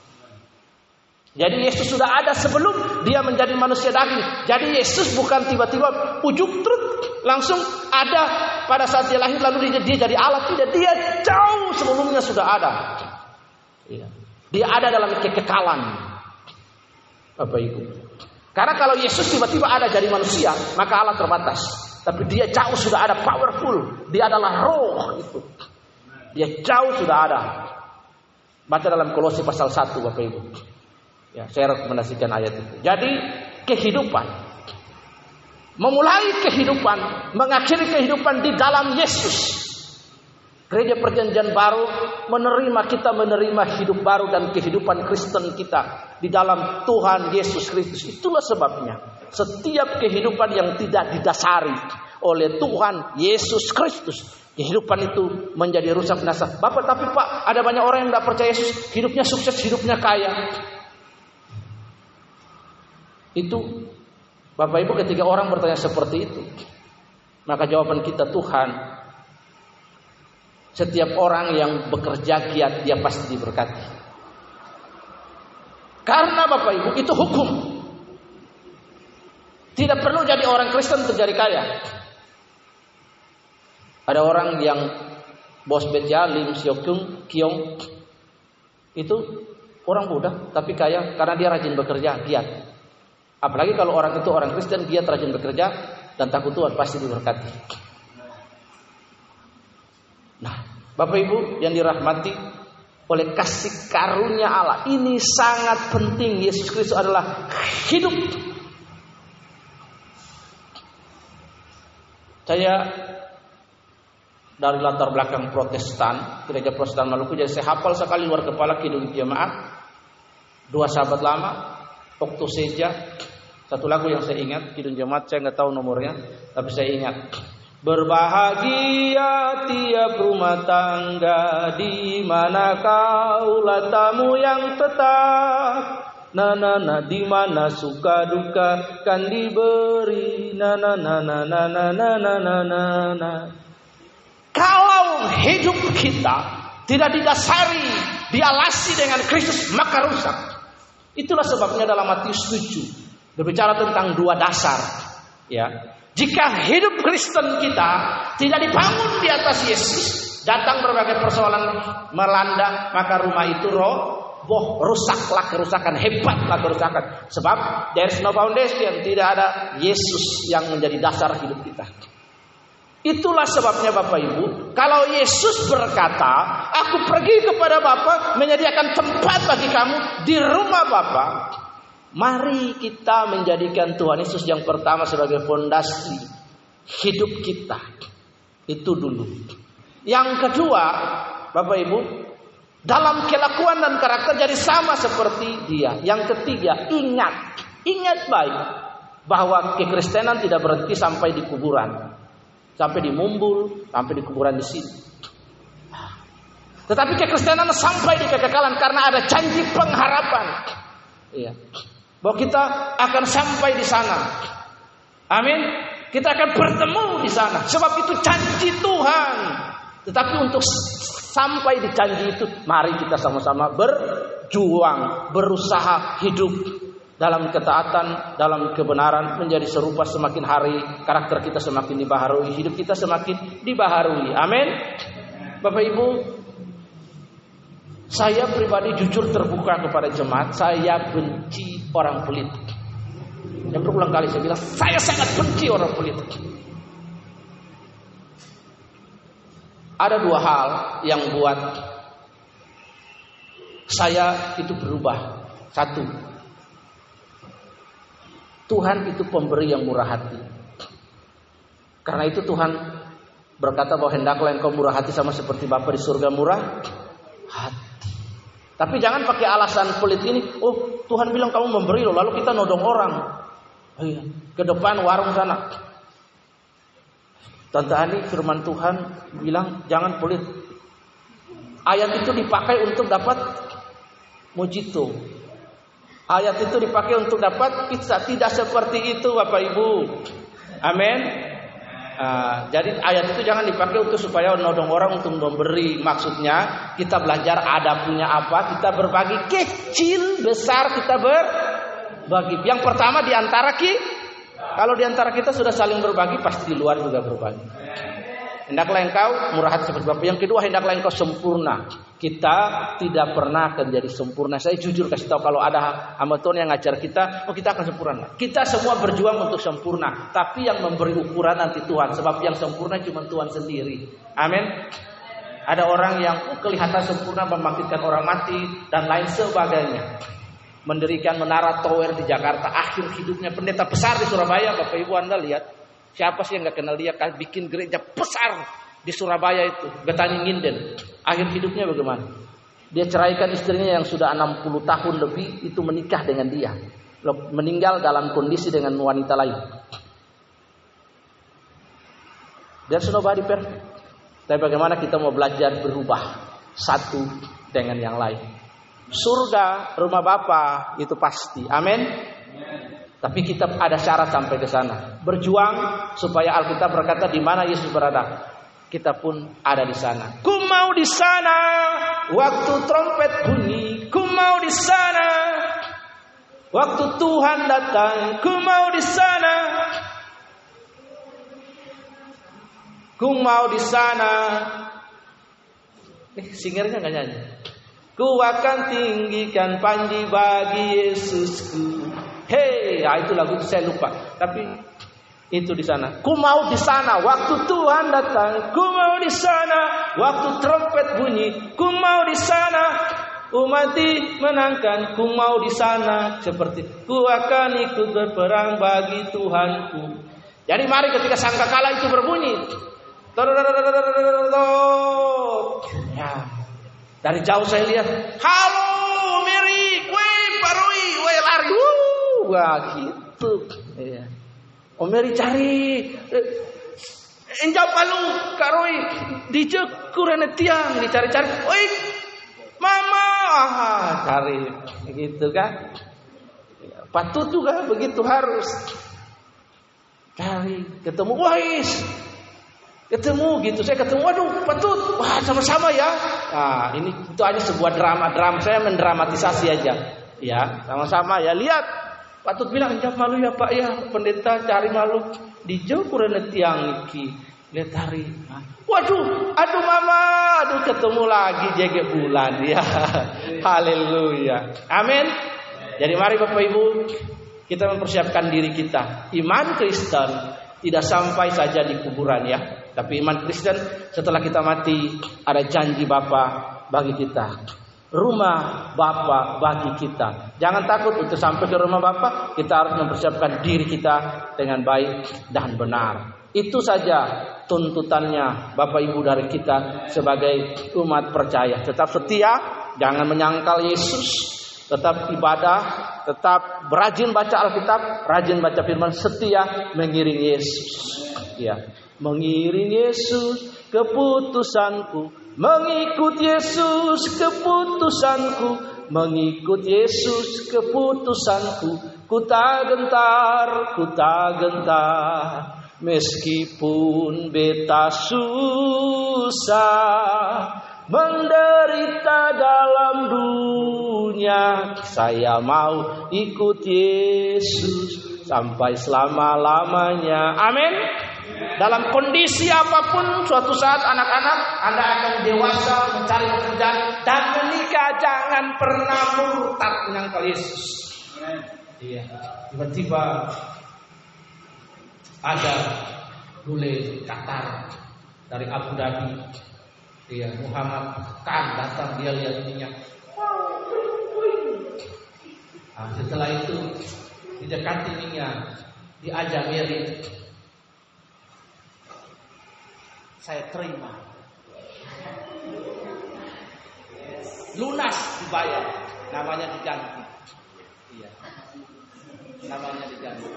Jadi Yesus sudah ada sebelum Dia menjadi manusia daging. Jadi Yesus bukan tiba-tiba ujuk truk langsung ada pada saat Dia lahir lalu dia jadi Allah. Tidak, Dia jauh sebelumnya sudah ada. Dia ada dalam kekekalan, Bapak Ibu. Karena kalau Yesus tiba-tiba ada jadi manusia, maka Allah terbatas. Tapi Dia jauh sudah ada, powerful. Dia adalah roh itu. Dia jauh sudah ada. Baca dalam Kolose pasal 1, Bapak Ibu. Ya, saya rekomendasikan ayat itu. Jadi kehidupan, memulai kehidupan, mengakhiri kehidupan di dalam Yesus. Gereja Perjanjian Baru menerima hidup baru dan kehidupan Kristen kita di dalam Tuhan Yesus Kristus. Itulah sebabnya setiap kehidupan yang tidak didasari oleh Tuhan Yesus Kristus, kehidupan itu menjadi rusak binasa. Bapak, tapi Pak, ada banyak orang yang tidak percaya Yesus, hidupnya sukses, hidupnya kaya. Itu Bapak Ibu, ketika orang bertanya seperti itu, maka jawaban kita, Tuhan, setiap orang yang bekerja giat dia pasti diberkati. Karena Bapak Ibu, itu hukum. Tidak perlu jadi orang Kristen untuk jadi kaya. Ada orang yang bos beja Lim Seok Kyung itu orang Buddha tapi kaya karena dia rajin bekerja giat. Apalagi kalau orang itu orang Kristen, giat, rajin bekerja dan takut Tuhan, pasti diberkati. Nah, Bapak Ibu yang dirahmati oleh kasih karunia Allah, ini sangat penting. Yesus Kristus adalah hidup. Saya dari latar belakang Protestan, gereja Protestan Maluku, jadi saya hafal sekali luar kepala Kidung Jemaat. 2 sahabat lama, Okto Seja. Satu lagu yang saya ingat, Kidung Jemaat, saya nggak tahu nomornya, tapi saya ingat. Berbahagia tiap rumah tangga di mana kaulah tamu yang tetap. Na na na, di mana suka duka kan diberi. Na na na na na na na na na na. Kalau hidup kita tidak didasari, dialasi dengan Kristus, maka rusak. Itulah sebabnya dalam Matius 7 berbicara tentang 2 dasar, ya. Jika hidup Kristen kita tidak dibangun di atas Yesus, datang berbagai persoalan melanda, maka rumah itu roboh, rusaklah kerusakan, hebatlah kerusakan. Sebab there is no foundation, tidak ada Yesus yang menjadi dasar hidup kita. Itulah sebabnya Bapak Ibu, kalau Yesus berkata, aku pergi kepada Bapa menyediakan tempat bagi kamu di rumah Bapa. Mari kita menjadikan Tuhan Yesus yang pertama sebagai fondasi hidup kita. Itu dulu. Yang kedua, Bapak Ibu, dalam kelakuan dan karakter jadi sama seperti dia. Yang ketiga, ingat baik bahwa kekristenan tidak berhenti sampai di kuburan, sampai di Mumbul, sampai di kuburan di sini. Tetapi kekristenan sampai di kekekalan karena ada janji pengharapan. Iya. Bahwa kita akan sampai di sana. Amin. Kita akan bertemu di sana. Sebab itu janji Tuhan. Tetapi untuk sampai di janji itu, mari kita sama-sama berjuang, berusaha hidup dalam ketaatan, dalam kebenaran, menjadi serupa semakin hari, karakter kita semakin dibaharui, hidup kita semakin dibaharui. Amin. Bapak Ibu, saya pribadi jujur terbuka kepada jemaat, saya benci orang politik. Yang berulang kali saya bilang, saya sangat benci orang politik. Ada 2 hal yang buat saya itu berubah. 1, Tuhan itu pemberi yang murah hati. Karena itu Tuhan berkata bahwa hendaklah engkau murah hati sama seperti Bapa di surga murah hati. Tapi jangan pakai alasan politik ini. Oh, Tuhan bilang kamu memberi loh, lalu kita nodong orang. Oh iya, ke depan warung sana. Tante Ani, firman Tuhan bilang jangan pelit. Ayat itu dipakai untuk dapat mojito. Ayat itu dipakai untuk dapat pizza. Tidak seperti itu Bapak Ibu. Amin. Jadi ayat itu jangan dipakai untuk supaya nodong orang untuk memberi. Maksudnya kita belajar ada punya apa, kita berbagi. Kecil besar kita berbagi. Yang pertama diantara kalau diantara kita sudah saling berbagi, pasti di luar juga berbagi. Hendaklah engkau murah hati seperti Bapa. Yang kedua, hendaklah engkau sempurna. Kita tidak pernah akan jadi sempurna. Saya jujur kasih tahu, kalau ada hamba Tuhan yang ngajar kita, kita akan sempurna. Kita semua berjuang untuk sempurna, tapi yang memberi ukuran nanti Tuhan. Sebab yang sempurna cuma Tuhan sendiri. Amin. Ada orang yang kelihatan sempurna, membangkitkan orang mati dan lain sebagainya. Mendirikan menara tower di Jakarta, akhir hidupnya pendeta besar di Surabaya. Bapak Ibu Anda lihat, siapa sih yang gak kenal dia? Bikin gereja besar di Surabaya itu, Betani Nginden. Akhir hidupnya bagaimana? Dia ceraikan istrinya yang sudah 60 tahun lebih, itu menikah dengan dia. Meninggal dalam kondisi dengan wanita lain. There's nobody perfect. Tapi bagaimana kita mau belajar berubah satu dengan yang lain. Surga, rumah Bapa itu pasti. Amin. Tapi kita ada syarat sampai ke sana. Berjuang supaya Alkitab berkata di mana Yesus berada, kita pun ada di sana. Ku mau di sana waktu trompet bunyi. Ku mau di sana waktu Tuhan datang. Ku mau di sana. Ku mau di sana. Singernya nggak nyanyi. Ku akan tinggikan panji bagi Yesusku. Hei, itu lagu itu saya lupa. Tapi itu di sana. Ku mau di sana waktu Tuhan datang. Ku mau di sana waktu trompet bunyi. Ku mau di sana umat menangkan. Ku mau di sana seperti ku akan ikut berperang bagi Tuhanku. Jadi mari ketika sangkakala itu berbunyi, ya, dari jauh saya lihat, halo Mary, weh Pak Roy, weh lari, wah gitu. Iya. Om Mary cari, enjau palu Kak Roy, dijekur tiang, dicari-cari, weh Mama, cari, gitu kan? Patut juga begitu harus cari, ketemu, wais. Ketemu gitu, saya ketemu, waduh patut, wah sama-sama ya. Nah ini itu aja sebuah drama saya mendramatisasi aja, ya sama-sama ya. Lihat, patut bilang jawab malu ya Pak ya, pendeta cari malu di jauh kurang tiang iki, lihat hari. Waduh, aduh Mama, aduh ketemu lagi jege bulan ya. Haleluya, amin. Jadi mari Bapak Ibu, kita mempersiapkan diri kita. Iman Kristen tidak sampai saja di kuburan ya. Tapi iman Kristen setelah kita mati ada janji Bapa bagi kita. Rumah Bapa bagi kita. Jangan takut untuk sampai ke rumah Bapa, kita harus mempersiapkan diri kita dengan baik dan benar. Itu saja tuntutannya Bapak Ibu dari kita sebagai umat percaya. Tetap setia, jangan menyangkal Yesus, tetap ibadah, tetap rajin baca Alkitab, rajin baca firman, setia mengiring Yesus. Ya, mengiring Yesus keputusanku, mengikut Yesus keputusanku, mengikut Yesus keputusanku. Ku tak gentar, meskipun beta susah, menderita dalam dunia, saya mau ikut Yesus sampai selama-lamanya. Amin. Dalam kondisi apapun, suatu saat anak-anak Anda akan dewasa, mencari pekerjaan dan menikah. Jangan pernah murtad menyangkal Yesus. Iya. Tiba-tiba ada bule Qatar dari Abu Dhabi. Iya, Muhammad kan datang, dia lihat minyak. Nah, setelah itu didekati minyak, diajak Mary. Saya terima. Lunas dibayar, namanya diganti. Iya. Namanya diganti.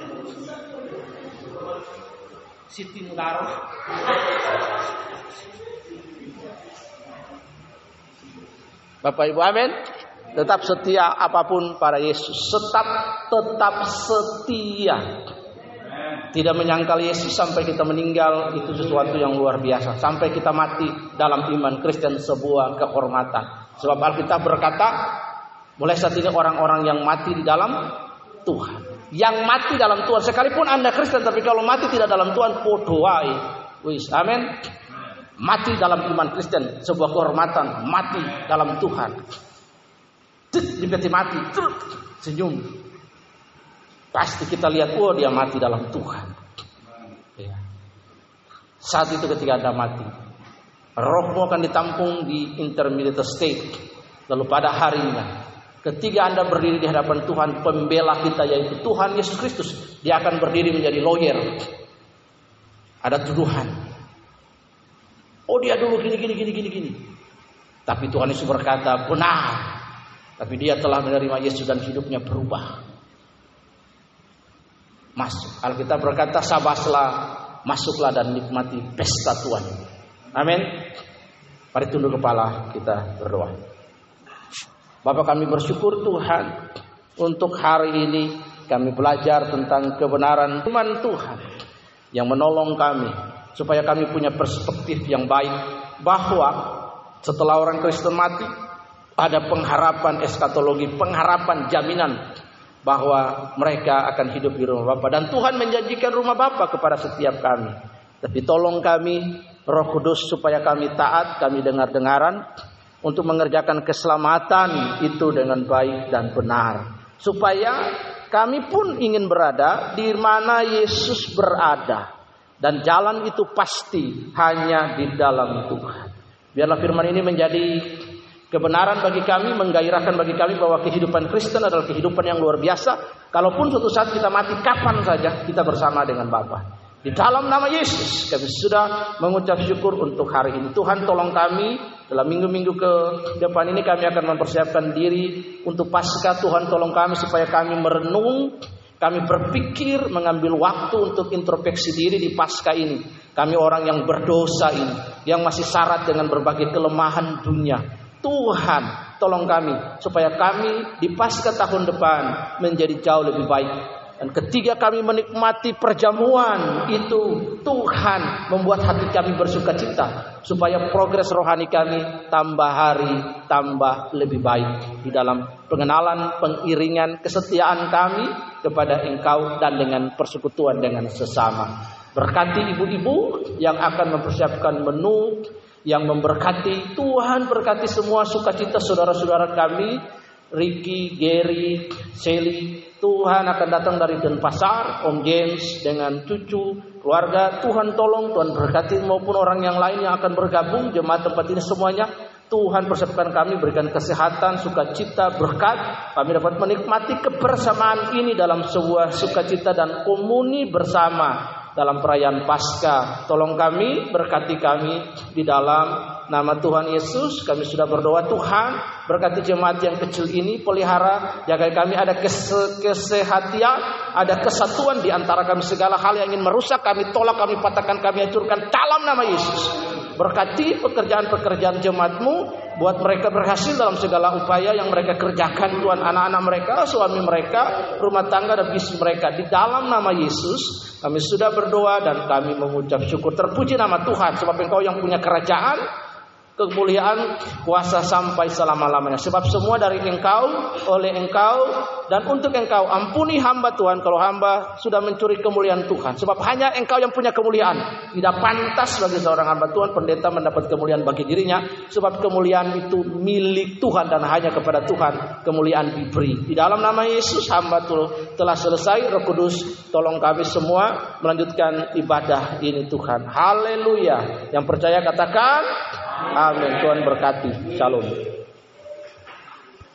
Siti Munaroh. Bapak Ibu, amin. Tetap setia apapun pada Yesus. Tetap setia. Tidak menyangkal Yesus sampai kita meninggal, itu sesuatu yang luar biasa. Sampai kita mati dalam iman Kristen, sebuah kehormatan. Sebab Alkitab berkata, mulai saat ini orang-orang yang mati di dalam Tuhan, yang mati dalam Tuhan, sekalipun Anda Kristen tapi kalau mati tidak dalam Tuhan, podo wae. Wis, amin. Mati dalam iman Kristen, sebuah kehormatan. Mati dalam Tuhan, mati, senyum. Pasti kita lihat, oh dia mati dalam Tuhan. Ya. Saat itu ketika Anda mati, rohmu akan ditampung di intermediate state. Lalu pada harinya, ketika Anda berdiri di hadapan Tuhan, pembela kita yaitu Tuhan Yesus Kristus, dia akan berdiri menjadi lawyer. Ada tuduhan. Oh dia dulu gini. Tapi Tuhan Yesus berkata, benar. Tapi dia telah menerima Yesus dan hidupnya berubah. Masuk. Alkitab berkata, sabaslah, masuklah dan nikmati pesta Tuhan. Amin. Mari tunduk kepala, kita berdoa. Bapa, kami bersyukur Tuhan untuk hari ini kami belajar tentang kebenaran firman Tuhan yang menolong kami supaya kami punya perspektif yang baik bahwa setelah orang Kristen mati ada pengharapan eskatologi, pengharapan jaminan bahwa mereka akan hidup di rumah Bapa, dan Tuhan menjanjikan rumah Bapa kepada setiap kami. Tapi tolong kami Roh Kudus supaya kami taat, kami dengar-dengaran untuk mengerjakan keselamatan itu dengan baik dan benar, supaya kami pun ingin berada di mana Yesus berada, dan jalan itu pasti hanya di dalam Tuhan. Biarlah firman ini menjadi kebenaran bagi kami, menggairahkan bagi kami bahwa kehidupan Kristen adalah kehidupan yang luar biasa. Kalaupun suatu saat kita mati, kapan saja kita bersama dengan Bapa. Di dalam nama Yesus kami sudah mengucap syukur untuk hari ini. Tuhan tolong kami dalam minggu-minggu ke depan ini, kami akan mempersiapkan diri untuk Paskah. Tuhan tolong kami supaya kami merenung, kami berpikir, mengambil waktu untuk introspeksi diri di Paskah ini. Kami orang yang berdosa ini, yang masih syarat dengan berbagai kelemahan dunia. Tuhan tolong kami supaya kami di Paskah tahun depan menjadi jauh lebih baik. Dan ketika kami menikmati perjamuan itu, Tuhan membuat hati kami bersuka cita supaya progres rohani kami tambah hari tambah lebih baik di dalam pengenalan, pengiringan, kesetiaan kami kepada Engkau dan dengan persekutuan dengan sesama. Berkati ibu-ibu yang akan mempersiapkan menu, yang memberkati. Tuhan berkati semua sukacita saudara-saudara kami, Ricky, Gary, Sally. Tuhan akan datang dari Denpasar, Om James dengan cucu, keluarga. Tuhan tolong, Tuhan berkati, maupun orang yang lain yang akan bergabung jemaat tempat ini semuanya. Tuhan persiapkan kami, berikan kesehatan, sukacita, berkat. Kami dapat menikmati kebersamaan ini dalam sebuah sukacita dan komuni bersama dalam perayaan Paskah. Tolong kami, berkati kami di dalam nama Tuhan Yesus. Kami sudah berdoa. Tuhan berkati jemaat yang kecil ini, pelihara, jaga kami, ada kesehatan, ada kesatuan di antara kami. Segala hal yang ingin merusak kami tolak, kami patahkan, kami hancurkan dalam nama Yesus. Berkati pekerjaan-pekerjaan jemaat-Mu, buat mereka berhasil dalam segala upaya yang mereka kerjakan, Tuhan. Anak-anak mereka, suami mereka, rumah tangga dan bisnis mereka, di dalam nama Yesus kami sudah berdoa dan kami mengucap syukur. Terpuji nama Tuhan, sebab Engkau yang punya kerajaan, kemuliaan, kuasa sampai selama-lamanya. Sebab semua dari Engkau, oleh Engkau, dan untuk Engkau. Ampuni hamba Tuhan kalau hamba sudah mencuri kemuliaan Tuhan. Sebab hanya Engkau yang punya kemuliaan. Tidak pantas bagi seorang hamba Tuhan, pendeta, mendapat kemuliaan bagi dirinya. Sebab kemuliaan itu milik Tuhan dan hanya kepada Tuhan kemuliaan diberi. Di dalam nama Yesus hamba telah selesai. Roh Kudus tolong kami semua melanjutkan ibadah ini Tuhan. Haleluya. Yang percaya katakan amin. Tuhan berkati. Shalom.